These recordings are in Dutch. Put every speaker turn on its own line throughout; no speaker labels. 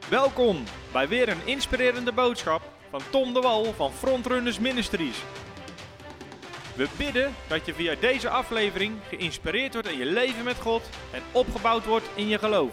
Welkom bij weer een inspirerende boodschap van Tom de Wal van Frontrunners Ministries. We bidden dat je via deze aflevering geïnspireerd wordt in je leven met God en opgebouwd wordt in je geloof.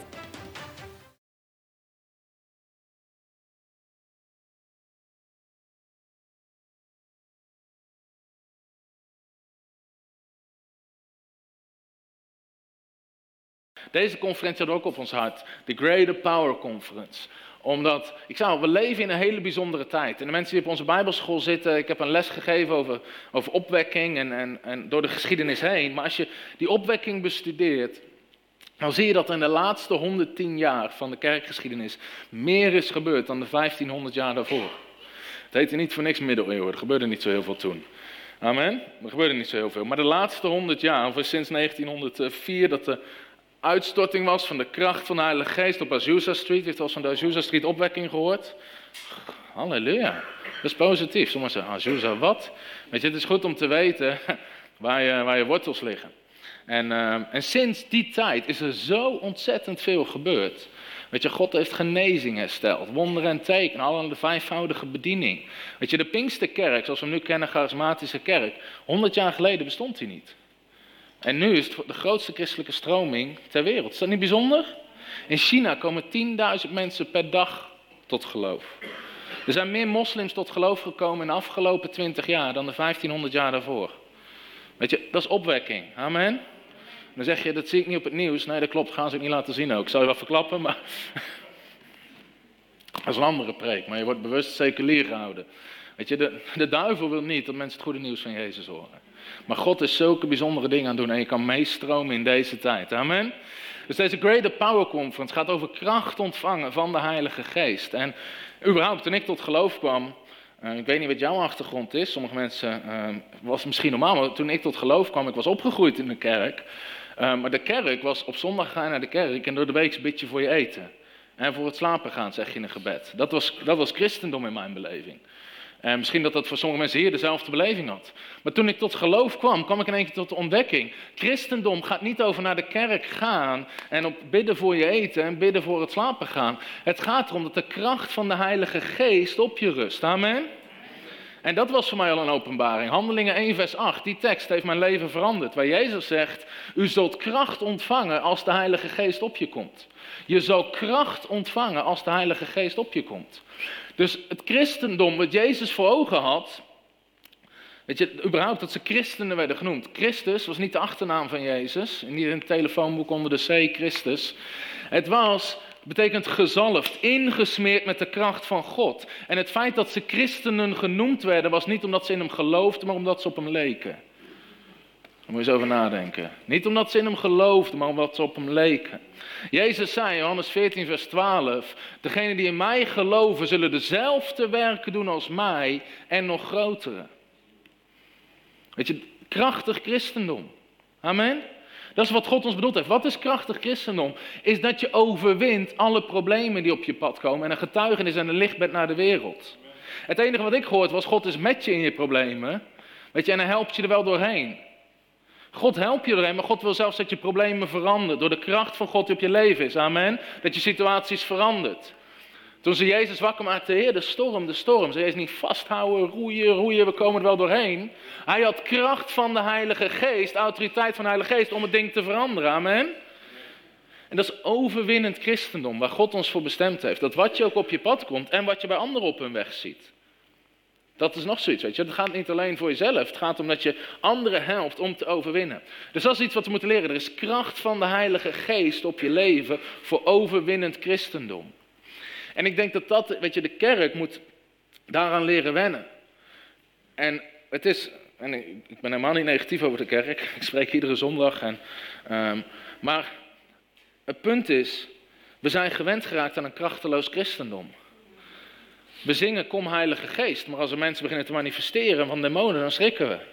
Deze conferentie hadden we ook op ons hart. De Greater Power Conference. Omdat, we leven in een hele bijzondere tijd. En de mensen die op onze bijbelschool zitten, ik heb een les gegeven over opwekking en door de geschiedenis heen. Maar als je die opwekking bestudeert, dan zie je dat in de laatste 110 jaar van de kerkgeschiedenis meer is gebeurd dan de 1500 jaar daarvoor. Het heette niet voor niks middeleeuwen, er gebeurde niet zo heel veel toen. Amen? Er gebeurde niet zo heel veel. Maar de laatste 100 jaar, of sinds 1904, dat de uitstorting was van de kracht van de Heilige Geest op Azusa Street. U heeft wel eens van de Azusa Street opwekking gehoord? Halleluja. Dat is positief. Sommigen zeggen, Azusa wat? Weet je, het is goed om te weten waar je wortels liggen. En sinds die tijd is er zo ontzettend veel gebeurd. Weet je, God heeft genezing hersteld, wonderen en tekenen, allemaal de vijfvoudige bediening. Weet je, de Pinksterkerk, zoals we hem nu kennen, charismatische kerk, 100 jaar geleden bestond die niet. En nu is het de grootste christelijke stroming ter wereld. Is dat niet bijzonder? In China komen 10.000 mensen per dag tot geloof. Er zijn meer moslims tot geloof gekomen in de afgelopen 20 jaar dan de 1500 jaar daarvoor. Weet je, dat is opwekking. Amen. Dan zeg je, dat zie ik niet op het nieuws. Nee, dat klopt, gaan ze het niet laten zien ook. Ik zal je wel verklappen, maar dat is een andere preek. Maar je wordt bewust seculier gehouden. Weet je, de duivel wil niet dat mensen het goede nieuws van Jezus horen. Maar God is zulke bijzondere dingen aan het doen en je kan meestromen in deze tijd. Amen. Dus deze Greater Power Conference gaat over kracht ontvangen van de Heilige Geest. En überhaupt, toen ik tot geloof kwam, ik weet niet wat jouw achtergrond is. Sommige mensen was het misschien normaal, maar toen ik tot geloof kwam, ik was opgegroeid in de kerk. Maar de kerk was, op zondag ga je naar de kerk en door de week bid je voor je eten. En voor het slapen gaan zeg je in een gebed. Dat was christendom in mijn beleving. En misschien dat voor sommige mensen hier dezelfde beleving had. Maar toen ik tot geloof kwam ik in één keer tot de ontdekking. Christendom gaat niet over naar de kerk gaan en op bidden voor je eten en bidden voor het slapen gaan. Het gaat erom dat de kracht van de Heilige Geest op je rust. Amen. En dat was voor mij al een openbaring. Handelingen 1 vers 8, die tekst heeft mijn leven veranderd. Waar Jezus zegt, u zult kracht ontvangen als de Heilige Geest op je komt. Je zal kracht ontvangen als de Heilige Geest op je komt. Dus het christendom wat Jezus voor ogen had, weet je, überhaupt dat ze christenen werden genoemd. Christus was niet de achternaam van Jezus, niet in het telefoonboek onder de C, Christus. Het betekent gezalfd, ingesmeerd met de kracht van God. En het feit dat ze christenen genoemd werden, was niet omdat ze in hem geloofden, maar omdat ze op hem leken. Daar moet je eens over nadenken. Niet omdat ze in hem geloofden, maar omdat ze op hem leken. Jezus zei, Johannes 14 vers 12, degenen die in mij geloven zullen dezelfde werken doen als mij en nog grotere. Weet je, krachtig christendom. Amen. Dat is wat God ons bedoeld heeft. Wat is krachtig christendom? Is dat je overwint alle problemen die op je pad komen en een getuigenis en een licht bent naar de wereld. Het enige wat ik gehoord was, God is met je in je problemen. Weet je, en hij helpt je er wel doorheen. God helpt je doorheen, maar God wil zelfs dat je problemen verandert. Door de kracht van God die op je leven is. Amen. Dat je situaties verandert. Toen ze Jezus wakker maakte, Heer, de storm. Ze Jezus niet vasthouden, roeien, we komen er wel doorheen. Hij had kracht van de Heilige Geest, autoriteit van de Heilige Geest om het ding te veranderen. Amen. En dat is overwinnend christendom, waar God ons voor bestemd heeft. Dat wat je ook op je pad komt en wat je bij anderen op hun weg ziet. Dat is nog zoiets, weet je. Het gaat niet alleen voor jezelf. Het gaat om dat je anderen helpt om te overwinnen. Dus dat is iets wat we moeten leren. Er is kracht van de Heilige Geest op je leven voor overwinnend christendom. En ik denk dat, weet je, de kerk moet daaraan leren wennen. En ik ben helemaal niet negatief over de kerk. Ik spreek iedere zondag. Maar het punt is, we zijn gewend geraakt aan een krachteloos christendom. We zingen, kom Heilige Geest, maar als er mensen beginnen te manifesteren van demonen, dan schrikken we.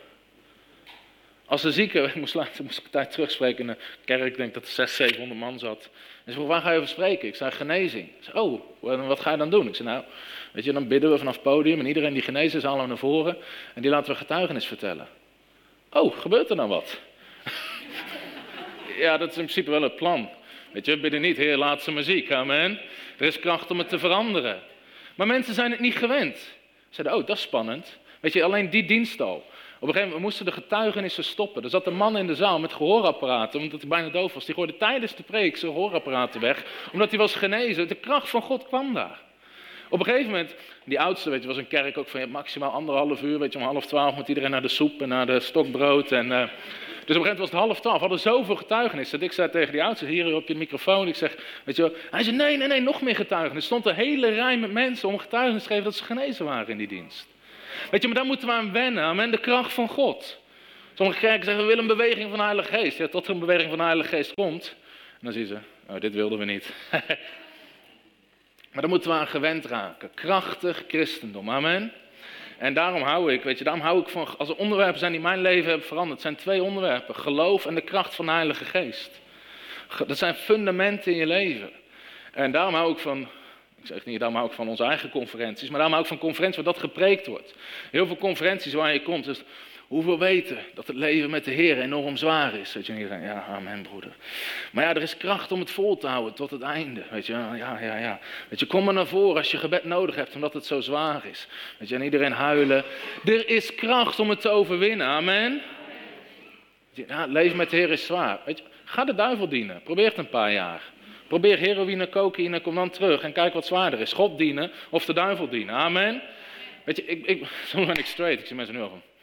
Als de zieke, ik moest een tijd terugspreken in de kerk, ik denk dat er 600, 700 man zat. En ze vroeg, waar ga je over spreken? Ik zei, genezing. Ik zei, wat ga je dan doen? Ik zei, weet je, dan bidden we vanaf het podium en iedereen die genezen is, halen we naar voren. En die laten we getuigenis vertellen. Gebeurt er nou wat? Ja, dat is in principe wel het plan. Weet je, we bidden niet, Heer, laat ze maar ziek, amen. Er is kracht om het te veranderen. Maar mensen zijn het niet gewend. Ze zeiden, oh, dat is spannend. Weet je, alleen die dienst al. Op een gegeven moment moesten de getuigenissen stoppen. Er zat een man in de zaal met gehoorapparaten, omdat hij bijna doof was. Die gooide tijdens de preek zijn gehoorapparaten weg, omdat hij was genezen. De kracht van God kwam daar. Op een gegeven moment, die oudste, weet je, was een kerk ook van je hebt maximaal 1,5 uur. Weet je, om 11:30 moet iedereen naar de soep en naar de stokbrood. En, dus op een gegeven moment was het 11:30. We hadden zoveel getuigenissen. Dat ik zei tegen die oudste, hier op je microfoon. Ik zeg, weet je wel. Hij zei, nee, nog meer getuigenissen. Er stond een hele rij met mensen om getuigenis te geven dat ze genezen waren in die dienst. Weet je, maar daar moeten we aan wennen. Amen, de kracht van God. Sommige kerken zeggen, we willen een beweging van de Heilige Geest. Ja, tot er een beweging van de Heilige Geest komt. En dan zien ze, oh, dit wilden we niet. Maar daar moeten we aan gewend raken. Krachtig christendom, amen. En daarom hou ik van, als er onderwerpen zijn die mijn leven hebben veranderd, het zijn 2 onderwerpen. Geloof en de kracht van de Heilige Geest. Dat zijn fundamenten in je leven. En daarom hou ik van, ik zeg niet, daarom hou ik van onze eigen conferenties, maar daarom hou ik van conferenties waar dat gepreekt wordt. Heel veel conferenties waar je komt, dus hoeveel weten dat het leven met de Heer enorm zwaar is. Weet je, en iedereen, ja, amen broeder. Maar ja, er is kracht om het vol te houden tot het einde. Weet je, ja. Weet je, kom maar naar voren als je gebed nodig hebt, omdat het zo zwaar is. Weet je, en iedereen huilen. Er is kracht om het te overwinnen, amen. Ja, het leven met de Heer is zwaar. Weet je, ga de duivel dienen. Probeer het een paar jaar. Probeer heroïne, cocaïne, kom dan terug en kijk wat zwaarder is. God dienen of de duivel dienen, amen. Weet je, soms ben ik straight, ik zie mensen nu al van.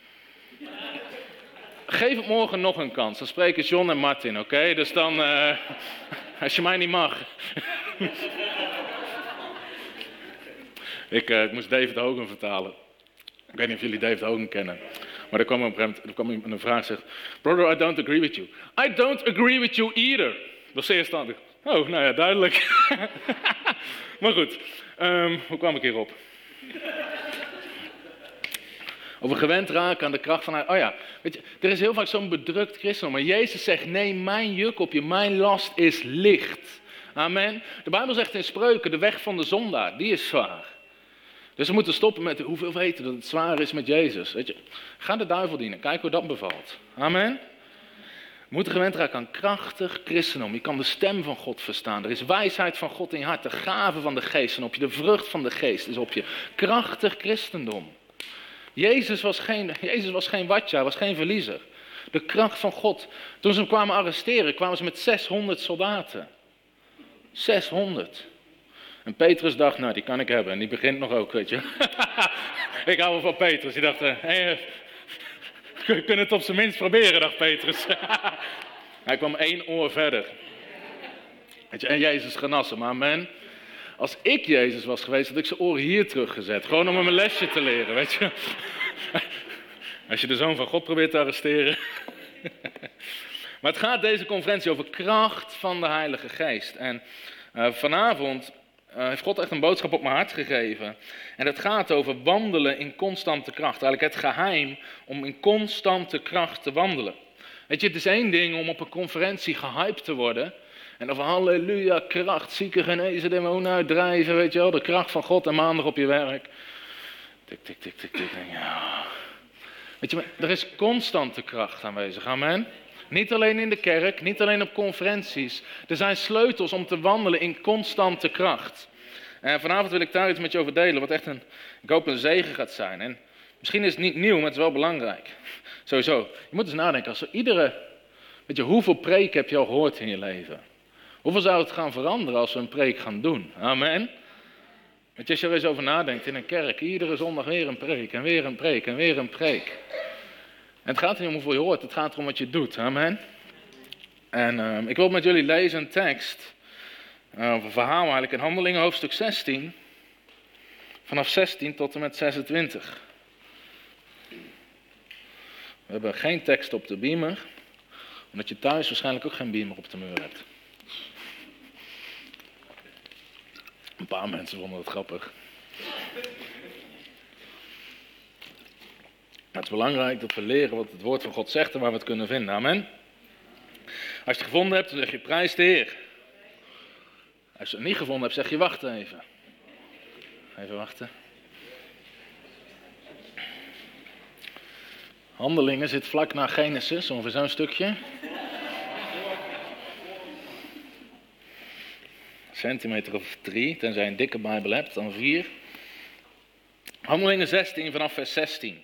Geef het morgen nog een kans. Dan spreken John en Martin, oké? Dus dan, als je mij niet mag. Ik moest David Hogan vertalen. Ik weet niet of jullie David Hogan kennen. Maar er kwam op een gegeven moment een vraag zegt, brother, I don't agree with you. I don't agree with you either. Dat is zeer standig. Oh, nou ja, duidelijk. Maar goed, hoe kwam ik hierop? Over gewend raken aan de kracht van... Oh ja, weet je, er is heel vaak zo'n bedrukt christendom. Maar Jezus zegt, neem mijn juk op je, mijn last is licht. Amen. De Bijbel zegt in Spreuken, de weg van de zondaar, die is zwaar. Dus we moeten stoppen met hoeveel weten dat het zwaar is met Jezus. Weet je, ga de duivel dienen, kijk hoe dat bevalt. Amen. We moeten gewend raken aan krachtig christendom. Je kan de stem van God verstaan. Er is wijsheid van God in je hart. De gave van de geest en op je. De vrucht van de geest is op je. Krachtig christendom. Jezus was geen watja, was geen verliezer. De kracht van God. Toen ze hem kwamen arresteren, kwamen ze met 600 soldaten. 600. En Petrus dacht, nou die kan ik hebben. En die begint nog ook, weet je. Ik hou wel van Petrus. Die dacht, we kunnen het op zijn minst proberen, dacht Petrus. Hij kwam 1 oor verder. Weet je, en Jezus genas hem, amen. Als ik Jezus was geweest, had ik zijn oren hier teruggezet. Gewoon om hem een lesje te leren, weet je. Als je de Zoon van God probeert te arresteren. Maar het gaat deze conferentie over kracht van de Heilige Geest. En vanavond heeft God echt een boodschap op mijn hart gegeven. En het gaat over wandelen in constante kracht. Eigenlijk het geheim om in constante kracht te wandelen. Weet je, het is één ding om op een conferentie gehyped te worden. En dan van halleluja, kracht, zieken genezen, demonen uitdrijven, weet je wel. De kracht van God en maandag op je werk. Tik, tik, tik, tik, tik. Ja. Weet je, maar er is constante kracht aanwezig, amen. Niet alleen in de kerk, niet alleen op conferenties. Er zijn sleutels om te wandelen in constante kracht. En vanavond wil ik daar iets met je over delen, wat echt ik hoop een zegen gaat zijn. En misschien is het niet nieuw, maar het is wel belangrijk. Sowieso, je moet eens nadenken, weet je, hoeveel preek heb je al gehoord in je leven? Hoeveel zou het gaan veranderen als we een preek gaan doen? Amen. Weet je, als je er eens over nadenkt in een kerk, iedere zondag weer een preek en weer een preek en weer een preek. En het gaat er niet om hoeveel je hoort, het gaat erom wat je doet. Amen. En ik wil met jullie lezen een tekst, een verhaal eigenlijk in Handelingen hoofdstuk 16, vanaf 16 tot en met 26. We hebben geen tekst op de beamer, omdat je thuis waarschijnlijk ook geen beamer op de muur hebt. Een paar mensen vonden het grappig. Maar het is belangrijk dat we leren wat het woord van God zegt en waar we het kunnen vinden. Amen. Als je het gevonden hebt, dan zeg je prijs de Heer. Als je het niet gevonden hebt, zeg je wacht even. Even wachten. Handelingen zit vlak na Genesis, ongeveer zo'n stukje. centimeter of 3, tenzij je een dikke Bijbel hebt, dan 4. Handelingen 16 vanaf vers 16.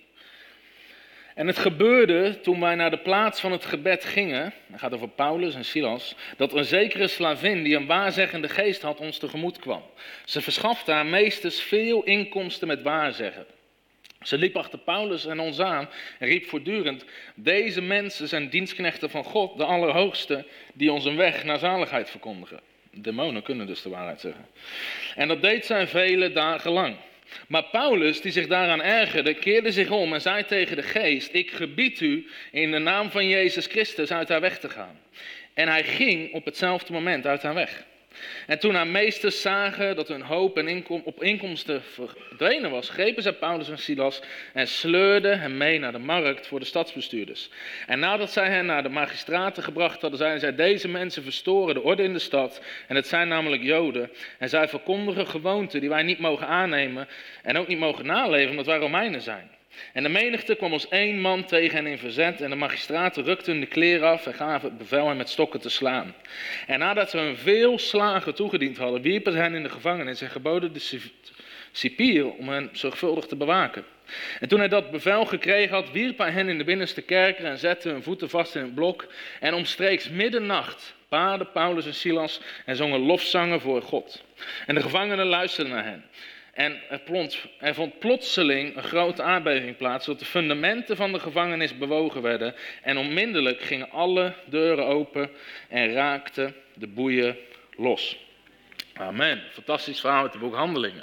En het gebeurde toen wij naar de plaats van het gebed gingen, het gaat over Paulus en Silas, dat een zekere slavin die een waarzeggende geest had ons tegemoet kwam. Ze verschafte haar meesters veel inkomsten met waarzeggen. Ze liep achter Paulus en ons aan en riep voortdurend: deze mensen zijn dienstknechten van God, de Allerhoogste, die ons een weg naar zaligheid verkondigen. Demonen kunnen dus de waarheid zeggen. En dat deed zij vele dagen lang. Maar Paulus, die zich daaraan ergerde, keerde zich om en zei tegen de geest: ik gebied u in de naam van Jezus Christus uit haar weg te gaan. En hij ging op hetzelfde moment uit haar weg. En toen haar meesters zagen dat hun hoop en inkomsten verdwenen was, grepen zij Paulus en Silas en sleurden hen mee naar de markt voor de stadsbestuurders. En nadat zij hen naar de magistraten gebracht hadden, zeiden zij: deze mensen verstoren de orde in de stad, en het zijn namelijk Joden. En zij verkondigen gewoonten die wij niet mogen aannemen en ook niet mogen naleven, omdat wij Romeinen zijn. En de menigte kwam als één man tegen hen in verzet en de magistraten rukten hun de kleren af en gaven het bevel hen met stokken te slaan. En nadat ze hun veel slagen toegediend hadden, wierpen ze hen in de gevangenis en geboden de cipier om hen zorgvuldig te bewaken. En toen hij dat bevel gekregen had, wierp hij hen in de binnenste kerker en zette hun voeten vast in het blok. En omstreeks middernacht baden Paulus en Silas en zongen lofzangen voor God. En de gevangenen luisterden naar hen. En er vond plotseling een grote aardbeving plaats, zodat de fundamenten van de gevangenis bewogen werden. En onmiddellijk gingen alle deuren open en raakten de boeien los. Amen. Fantastisch verhaal uit het boek Handelingen.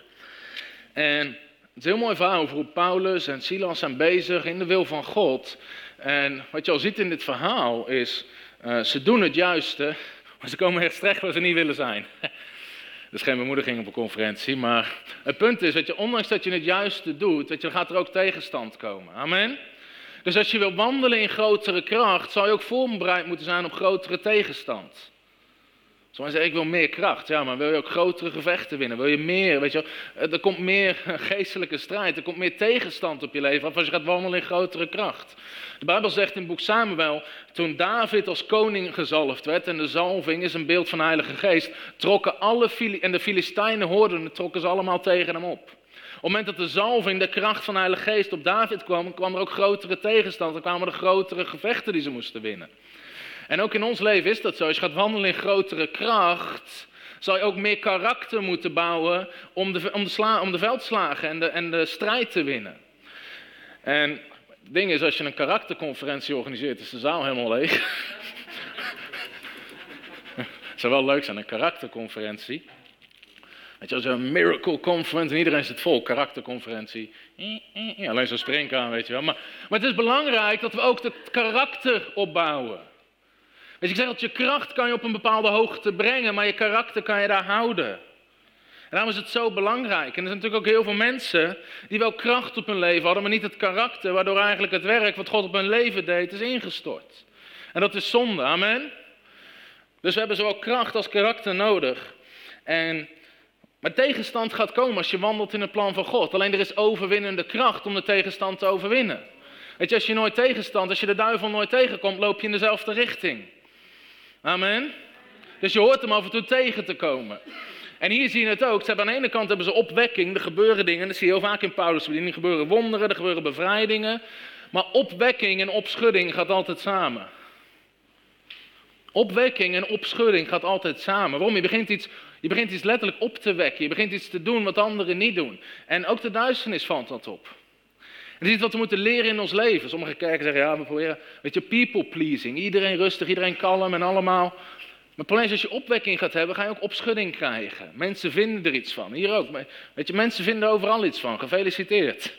En het is een heel mooi verhaal over hoe Paulus en Silas zijn bezig in de wil van God. En wat je al ziet in dit verhaal is, ze doen het juiste, maar ze komen echt terecht waar ze niet willen zijn. Dat is geen bemoediging op een conferentie, maar het punt is, weet je, ondanks dat je het juiste doet, weet je, dan gaat er ook tegenstand komen. Amen? Dus als je wil wandelen in grotere kracht, zal je ook voorbereid moeten zijn op grotere tegenstand. Sommigen zeggen: ik wil meer kracht. Ja, maar wil je ook grotere gevechten winnen? Wil je meer, weet je, er komt meer geestelijke strijd, er komt meer tegenstand op je leven af als je gaat wandelen in grotere kracht. De Bijbel zegt in het boek Samuel, toen David als koning gezalfd werd, en de zalving is een beeld van de Heilige Geest, trokken en de Filistijnen hoorden het, trokken ze allemaal tegen hem op. Op het moment dat de zalving, de kracht van de Heilige Geest op David kwam, kwam er ook grotere tegenstand, er kwamen er grotere gevechten die ze moesten winnen. En ook in ons leven is dat zo. Als je gaat wandelen in grotere kracht, zal je ook meer karakter moeten bouwen om de veldslagen en de strijd te winnen. En het ding is, als je een karakterconferentie organiseert, is de zaal helemaal leeg. Het zou wel leuk zijn, een karakterconferentie. Weet je, als een miracle conference en iedereen zit vol, karakterconferentie. Alleen zo'n springkaan, weet je wel. Maar het is belangrijk dat we ook het karakter opbouwen. Weet je, ik zeg dat je kracht kan je op een bepaalde hoogte brengen, maar je karakter kan je daar houden. En daarom is het zo belangrijk. En er zijn natuurlijk ook heel veel mensen die wel kracht op hun leven hadden, maar niet het karakter, waardoor eigenlijk het werk wat God op hun leven deed, is ingestort. En dat is zonde, amen. Dus we hebben zowel kracht als karakter nodig. Maar tegenstand gaat komen als je wandelt in het plan van God. Alleen er is overwinnende kracht om de tegenstand te overwinnen. Weet je, als je de duivel nooit tegenkomt, loop je in dezelfde richting. Amen. Dus je hoort hem af en toe tegen te komen. En hier zie je het ook. Aan de ene kant hebben ze opwekking, er gebeuren dingen. Dat zie je heel vaak in Paulus' bediening. Er gebeuren wonderen, er gebeuren bevrijdingen. Maar opwekking en opschudding gaat altijd samen. Opwekking en opschudding gaat altijd samen. Waarom? Je begint iets letterlijk op te wekken. Je begint iets te doen wat anderen niet doen. En ook de duisternis valt dat op. En dat is iets wat we moeten leren in ons leven. Sommige kerken zeggen, ja, we proberen, weet je, people pleasing. Iedereen rustig, iedereen kalm en allemaal. Maar het probleem is, als je opwekking gaat hebben, ga je ook opschudding krijgen. Mensen vinden er iets van. Hier ook. Weet je, mensen vinden overal iets van. Gefeliciteerd.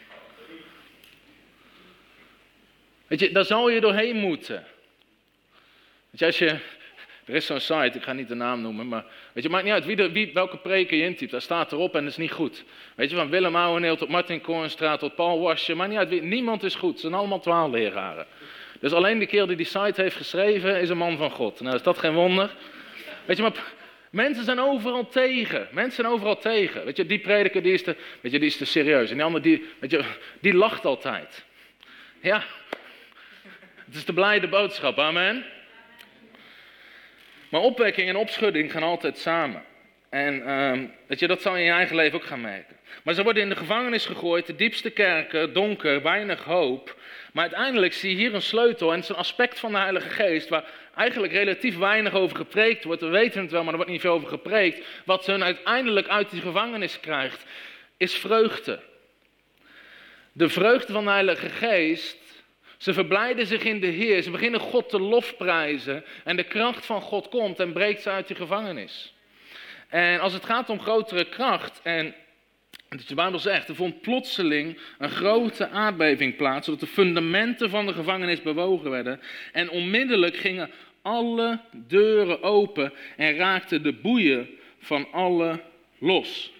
Weet je, daar zal je doorheen moeten. Weet je, er is zo'n site, ik ga niet de naam noemen, maar weet je, maakt niet uit welke preken je intypt. Daar staat erop en dat is niet goed. Weet je, van Willem Ouweneel tot Martin Koornstra tot Paul Wasje, maakt niet uit, niemand is goed. Ze zijn allemaal dwaalleraren. Dus alleen de kerel die die site heeft geschreven is een man van God. Nou, is dat geen wonder? Weet je, maar mensen zijn overal tegen. Mensen zijn overal tegen. Weet je, die prediker die is te serieus. En die andere, die lacht altijd. Ja, het is de blijde boodschap, amen. Maar opwekking en opschudding gaan altijd samen. En dat zal je in je eigen leven ook gaan merken. Maar ze worden in de gevangenis gegooid, de diepste kerken, donker, weinig hoop. Maar uiteindelijk zie je hier een sleutel en het is een aspect van de Heilige Geest waar eigenlijk relatief weinig over gepreekt wordt. We weten het wel, maar er wordt niet veel over gepreekt. Wat ze uiteindelijk uit die gevangenis krijgt, is vreugde. De vreugde van de Heilige Geest. Ze verblijden zich in de Heer, ze beginnen God te lofprijzen en de kracht van God komt en breekt ze uit die gevangenis. En als het gaat om grotere kracht, en de Bijbel zegt, er vond plotseling een grote aardbeving plaats, zodat de fundamenten van de gevangenis bewogen werden. En onmiddellijk gingen alle deuren open en raakten de boeien van alle los.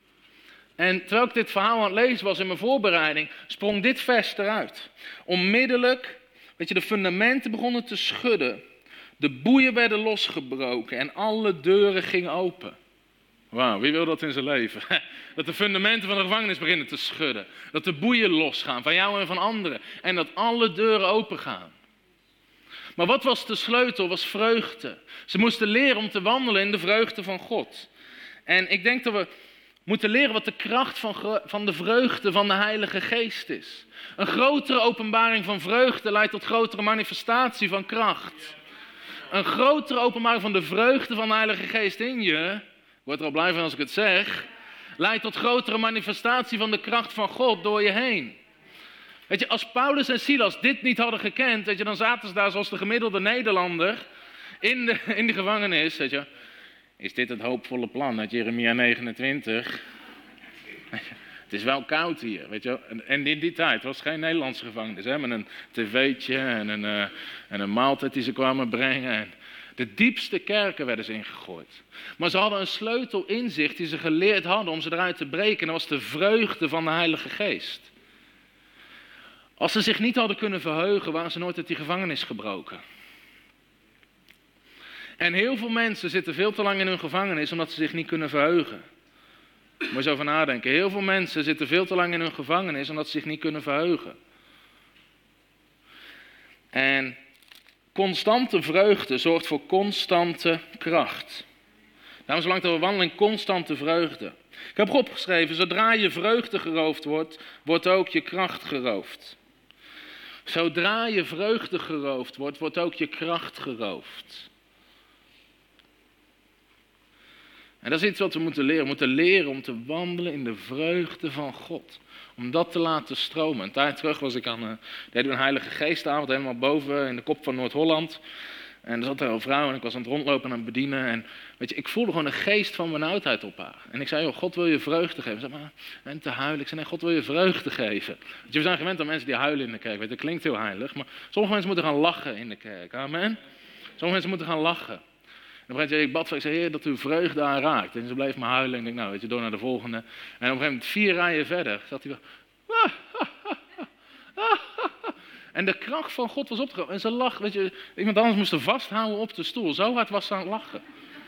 En terwijl ik dit verhaal aan het lezen was in mijn voorbereiding, sprong dit vers eruit. Onmiddellijk, de fundamenten begonnen te schudden. De boeien werden losgebroken en alle deuren gingen open. Wauw, wie wil dat in zijn leven? Dat de fundamenten van de gevangenis beginnen te schudden. Dat de boeien losgaan van jou en van anderen. En dat alle deuren open gaan. Maar wat was de sleutel? Was vreugde. Ze moesten leren om te wandelen in de vreugde van God. En ik denk dat we moeten leren wat de kracht van de vreugde van de Heilige Geest is. Een grotere openbaring van vreugde leidt tot grotere manifestatie van kracht. Een grotere openbaring van de vreugde van de Heilige Geest in je, ik word er al blij van als ik het zeg, leidt tot grotere manifestatie van de kracht van God door je heen. Als Paulus en Silas dit niet hadden gekend, dan zaten ze daar zoals de gemiddelde Nederlander in de gevangenis. Is dit het hoopvolle plan uit Jeremia 29? Het is wel koud hier, En in die tijd was het geen Nederlandse gevangenis, met een tv'tje en een maaltijd die ze kwamen brengen. En de diepste kerken werden ze ingegooid. Maar ze hadden een sleutel inzicht die ze geleerd hadden om ze eruit te breken. En dat was de vreugde van de Heilige Geest. Als ze zich niet hadden kunnen verheugen, waren ze nooit uit die gevangenis gebroken. En heel veel mensen zitten veel te lang in hun gevangenis omdat ze zich niet kunnen verheugen. Moet je eens over nadenken. Heel veel mensen zitten veel te lang in hun gevangenis omdat ze zich niet kunnen verheugen. En constante vreugde zorgt voor constante kracht. Daarom zolang dat we wandelen in constante vreugde. Ik heb opgeschreven, zodra je vreugde geroofd wordt, wordt ook je kracht geroofd. Zodra je vreugde geroofd wordt, wordt ook je kracht geroofd. En dat is iets wat we moeten leren. We moeten leren om te wandelen in de vreugde van God. Om dat te laten stromen. Een tijd terug was ik deed een Heilige Geestavond helemaal boven in de kop van Noord-Holland. En er zat er een vrouw en ik was aan het rondlopen en aan het bedienen. En ik voelde gewoon een geest van benauwdheid op haar. En ik zei, joh, God wil je vreugde geven. Ze zei, maar te huilen. Ik zei, nee, God wil je vreugde geven. We zijn gewend aan mensen die huilen in de kerk. Dat klinkt heel heilig. Maar sommige mensen moeten gaan lachen in de kerk. Amen. Sommige mensen moeten gaan lachen. En op een gegeven moment, ik bad, ik zei, Heer, dat uw vreugde haar raakt. En ze bleef maar huilen. En ik denk, door naar de volgende. En op een gegeven moment, 4 rijen verder, zat hij weer. En de kracht van God was opgekomen. En ze lag, iemand anders moest er vasthouden op de stoel. Zo hard was ze aan het lachen.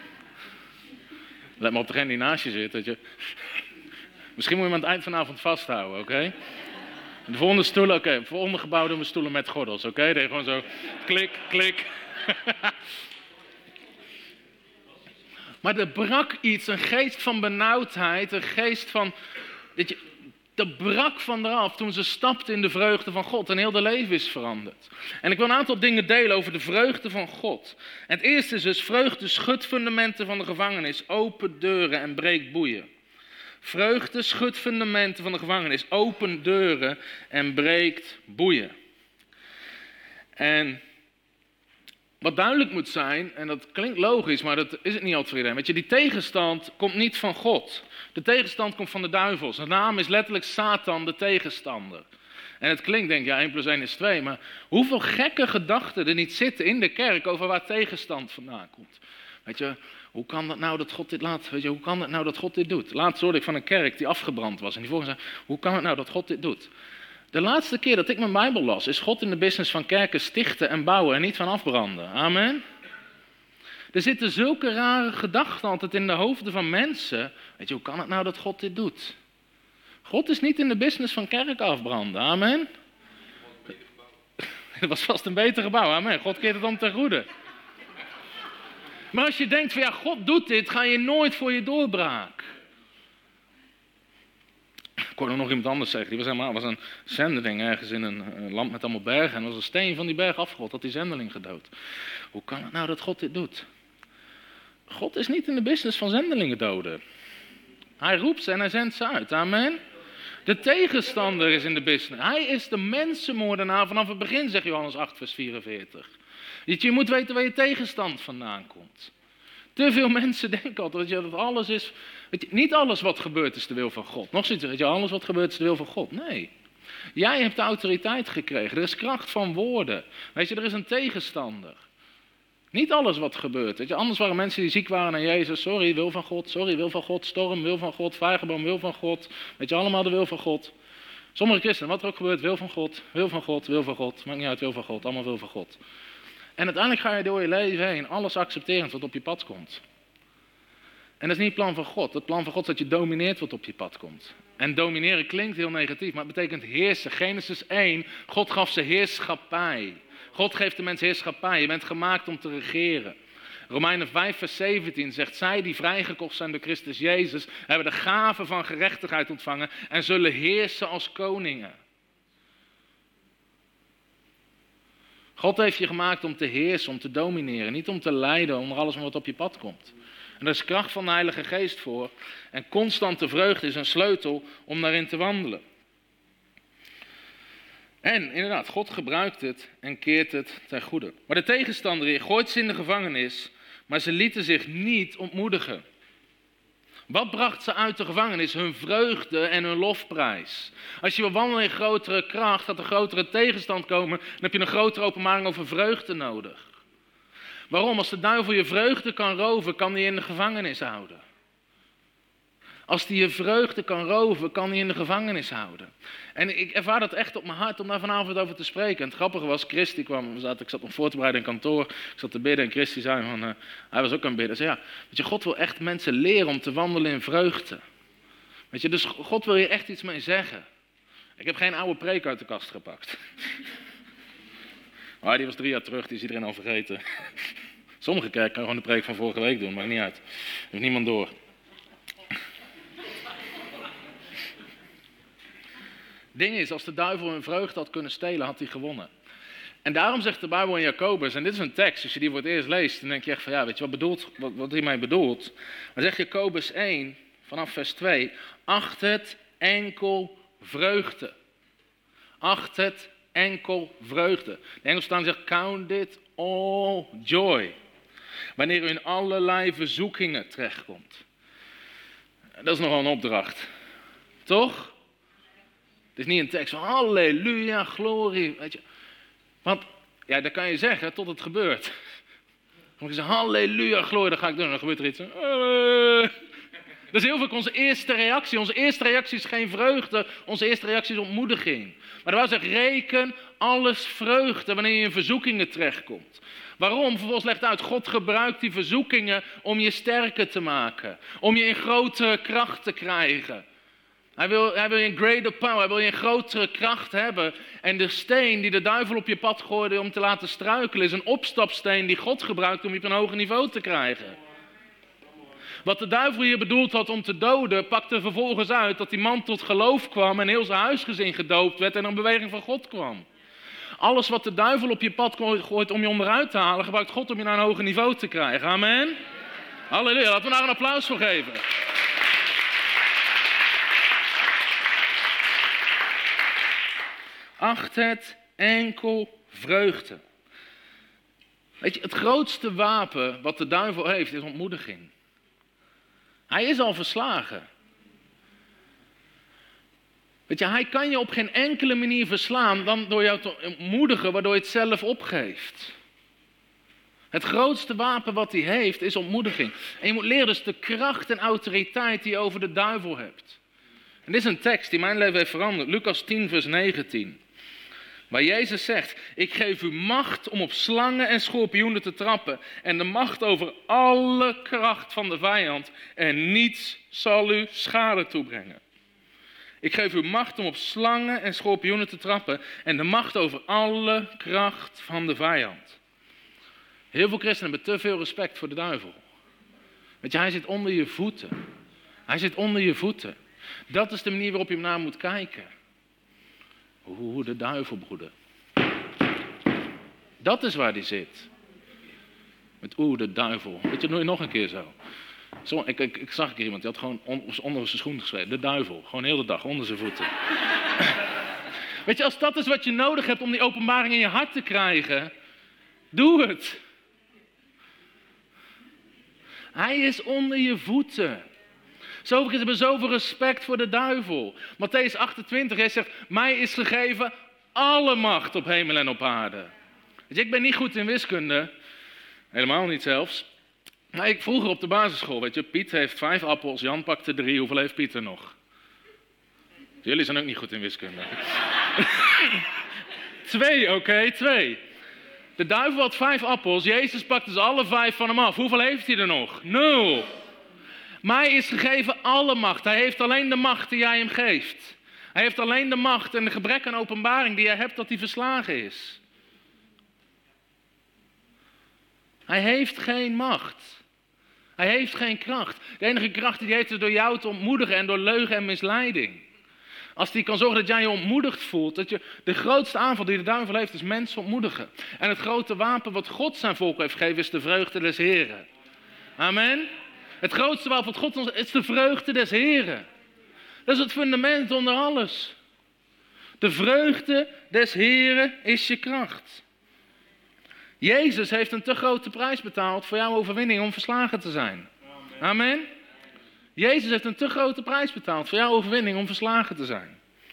Let maar op degene die naast je zit. Misschien moet je hem aan het eind vanavond vasthouden, oké? De volgende stoelen, oké. Het volgende gebouw doen we stoelen met gordels, oké? Dat je gewoon zo, klik, klik. Maar er brak iets, een geest van benauwdheid, een geest van... Dat brak van eraf toen ze stapte in de vreugde van God en heel de leven is veranderd. En ik wil een aantal dingen delen over de vreugde van God. En het eerste is dus vreugde schudt fundamenten van de gevangenis, open deuren en breekt boeien. Vreugde schudt fundamenten van de gevangenis, open deuren en breekt boeien. En wat duidelijk moet zijn, en dat klinkt logisch, maar dat is het niet altijd voor iedereen. Die tegenstand komt niet van God. De tegenstand komt van de duivel. Zijn naam is letterlijk Satan, de tegenstander. En het klinkt, denk je, 1 + 1 = 2. Maar hoeveel gekke gedachten er niet zitten in de kerk over waar tegenstand vandaan komt. Hoe kan het nou dat God dit laat? Hoe kan het nou dat God dit doet? Laatst hoorde ik van een kerk die afgebrand was. En die volgende zei, hoe kan het nou dat God dit doet? De laatste keer dat ik mijn Bijbel las, is God in de business van kerken stichten en bouwen en niet van afbranden. Amen. Er zitten zulke rare gedachten altijd in de hoofden van mensen. Hoe kan het nou dat God dit doet? God is niet in de business van kerk afbranden. Amen. Het was vast een beter gebouw. Amen. God keert het om ten goede. Maar als je denkt van ja, God doet dit, ga je nooit voor je doorbraak. Ik hoorde nog iemand anders zeggen, die was een zendeling ergens in een land met allemaal bergen. En er was een steen van die berg afgerold, had die zendeling gedood. Hoe kan het nou dat God dit doet? God is niet in de business van zendelingen doden. Hij roept ze en hij zendt ze uit, amen. De tegenstander is in de business. Hij is de mensenmoordenaar vanaf het begin, zegt Johannes 8 vers 44. Je moet weten waar je tegenstand vandaan komt. Te veel mensen denken altijd dat alles is... niet alles wat gebeurt is de wil van God. Nog zoiets, alles wat gebeurt is de wil van God. Nee. Jij hebt de autoriteit gekregen. Er is kracht van woorden. Er is een tegenstander. Niet alles wat gebeurt. Anders waren mensen die ziek waren naar Jezus. Sorry, wil van God. Sorry, wil van God. Storm, wil van God. Vijgenboom, wil van God. Allemaal de wil van God. Sommige christenen, wat er ook gebeurt, wil van God. Wil van God, wil van God. Maakt niet uit, wil van God. Allemaal wil van God. En uiteindelijk ga je door je leven heen alles accepterend wat op je pad komt. En dat is niet het plan van God. Het plan van God is dat je domineert wat op je pad komt. En domineren klinkt heel negatief, maar het betekent heersen. Genesis 1, God gaf ze heerschappij. God geeft de mens heerschappij. Je bent gemaakt om te regeren. Romeinen 5 vers 17 zegt, zij die vrijgekocht zijn door Christus Jezus, hebben de gave van gerechtigheid ontvangen en zullen heersen als koningen. God heeft je gemaakt om te heersen, om te domineren, niet om te lijden onder alles wat op je pad komt. En er is kracht van de Heilige Geest voor. En constante vreugde is een sleutel om daarin te wandelen. En inderdaad, God gebruikt het en keert het ten goede. Maar de tegenstander gooit ze in de gevangenis, maar ze lieten zich niet ontmoedigen. Wat bracht ze uit de gevangenis? Hun vreugde en hun lofprijs. Als je wil wandelen in grotere kracht, gaat er grotere tegenstand komen, dan heb je een grotere openbaring over vreugde nodig. Waarom? Als de duivel je vreugde kan roven, kan hij in de gevangenis houden. Als hij je vreugde kan roven, kan hij in de gevangenis houden. En ik ervaar dat echt op mijn hart om daar vanavond over te spreken. En het grappige was, Christy kwam, ik zat nog voor te bereiden in kantoor, ik zat te bidden en Christy zei van, hij was ook aan het bidden. Hij zei, weet je, God wil echt mensen leren om te wandelen in vreugde. Weet je, dus God wil je echt iets mee zeggen. Ik heb geen oude preek uit de kast gepakt. Maar die was 3 jaar terug, die is iedereen al vergeten. Sommige kerken kan gewoon de preek van vorige week doen, maakt niet uit. Er heeft niemand door. Ding is, als de duivel hun vreugde had kunnen stelen, had hij gewonnen. En daarom zegt de Bijbel in Jacobus, en dit is een tekst, als je die voor het eerst leest, dan denk je echt van, ja, weet je wat hiermee bedoelt? Maar zegt Jacobus 1, vanaf vers 2, acht het enkel vreugde. Acht het enkel vreugde. De Engelstaan zegt, count it all joy. Wanneer u in allerlei verzoekingen terechtkomt. Dat is nogal een opdracht. Toch? Het is niet een tekst van halleluja, glorie. Weet je. Want, ja, dat kan je zeggen tot het gebeurt. Dan moet je zeggen, halleluja, glorie, dat ga ik doen. En dan gebeurt er iets. Dat is heel vaak onze eerste reactie. Onze eerste reactie is geen vreugde. Onze eerste reactie is ontmoediging. Maar de Bijbel zegt, reken alles vreugde wanneer je in verzoekingen terechtkomt. Waarom? Vervolgens legt uit, God gebruikt die verzoekingen om je sterker te maken. Om je in grotere kracht te krijgen. Hij wil je in greater power, hij wil je in grotere kracht hebben. En de steen die de duivel op je pad gooide om te laten struikelen, is een opstapsteen die God gebruikt om je op een hoger niveau te krijgen. Wat de duivel hier bedoeld had om te doden, pakte vervolgens uit dat die man tot geloof kwam en heel zijn huisgezin gedoopt werd en er een beweging van God kwam. Alles wat de duivel op je pad gooit om je onderuit te halen, gebruikt God om je naar een hoger niveau te krijgen. Amen. Halleluja, laten we daar een applaus voor geven. Acht het enkel vreugde. Weet je, het grootste wapen wat de duivel heeft is ontmoediging. Hij is al verslagen. Weet je, hij kan je op geen enkele manier verslaan dan door jou te ontmoedigen, waardoor je het zelf opgeeft. Het grootste wapen wat hij heeft is ontmoediging. En je moet leren dus de kracht en autoriteit die je over de duivel hebt. En dit is een tekst die mijn leven heeft veranderd. Lucas 10 vers 19. Waar Jezus zegt, ik geef u macht om op slangen en schorpioenen te trappen en de macht over alle kracht van de vijand en niets zal u schade toebrengen. Ik geef u macht om op slangen en schorpioenen te trappen en de macht over alle kracht van de vijand. Heel veel christenen hebben te veel respect voor de duivel. Weet je, hij zit onder je voeten. Hij zit onder je voeten. Dat is de manier waarop je hem naar moet kijken. Oeh, de duivel, broeder. Dat is waar die zit. Met de duivel. Weet je, nog een keer zo. Ik zag een keer iemand, die had gewoon onder zijn schoen geschreven. De duivel. Gewoon heel de dag onder zijn voeten. Weet je, als dat is wat je nodig hebt om die openbaring in je hart te krijgen, doe het. Hij is onder je voeten. Sommigen hebben zoveel respect voor de duivel. Mattheüs 28, hij zegt, mij is gegeven alle macht op hemel en op aarde. Weet je, ik ben niet goed in wiskunde. Helemaal niet zelfs. Maar vroeger op de basisschool, weet je, Piet heeft 5 appels, Jan pakte 3. Hoeveel heeft Piet er nog? Jullie zijn ook niet goed in wiskunde. 2, oké, 2. De duivel had 5 appels, Jezus pakte ze alle 5 van hem af. Hoeveel heeft hij er nog? 0. Mij is gegeven alle macht. Hij heeft alleen de macht die jij hem geeft. Hij heeft alleen de macht en de gebrek aan openbaring die jij hebt dat hij verslagen is. Hij heeft geen macht. Hij heeft geen kracht. De enige kracht die hij heeft is door jou te ontmoedigen en door leugen en misleiding. Als hij kan zorgen dat jij je ontmoedigd voelt, dat je de grootste aanval die de duivel heeft is mensen ontmoedigen. En het grote wapen wat God zijn volk heeft gegeven is de vreugde des Heren. Amen. Het grootste wapen wat God ons is de vreugde des Heren. Dat is het fundament onder alles. De vreugde des Heren is je kracht. Jezus heeft een te grote prijs betaald voor jouw overwinning om verslagen te zijn. Amen. Jezus heeft een te grote prijs betaald voor jouw overwinning om verslagen te zijn.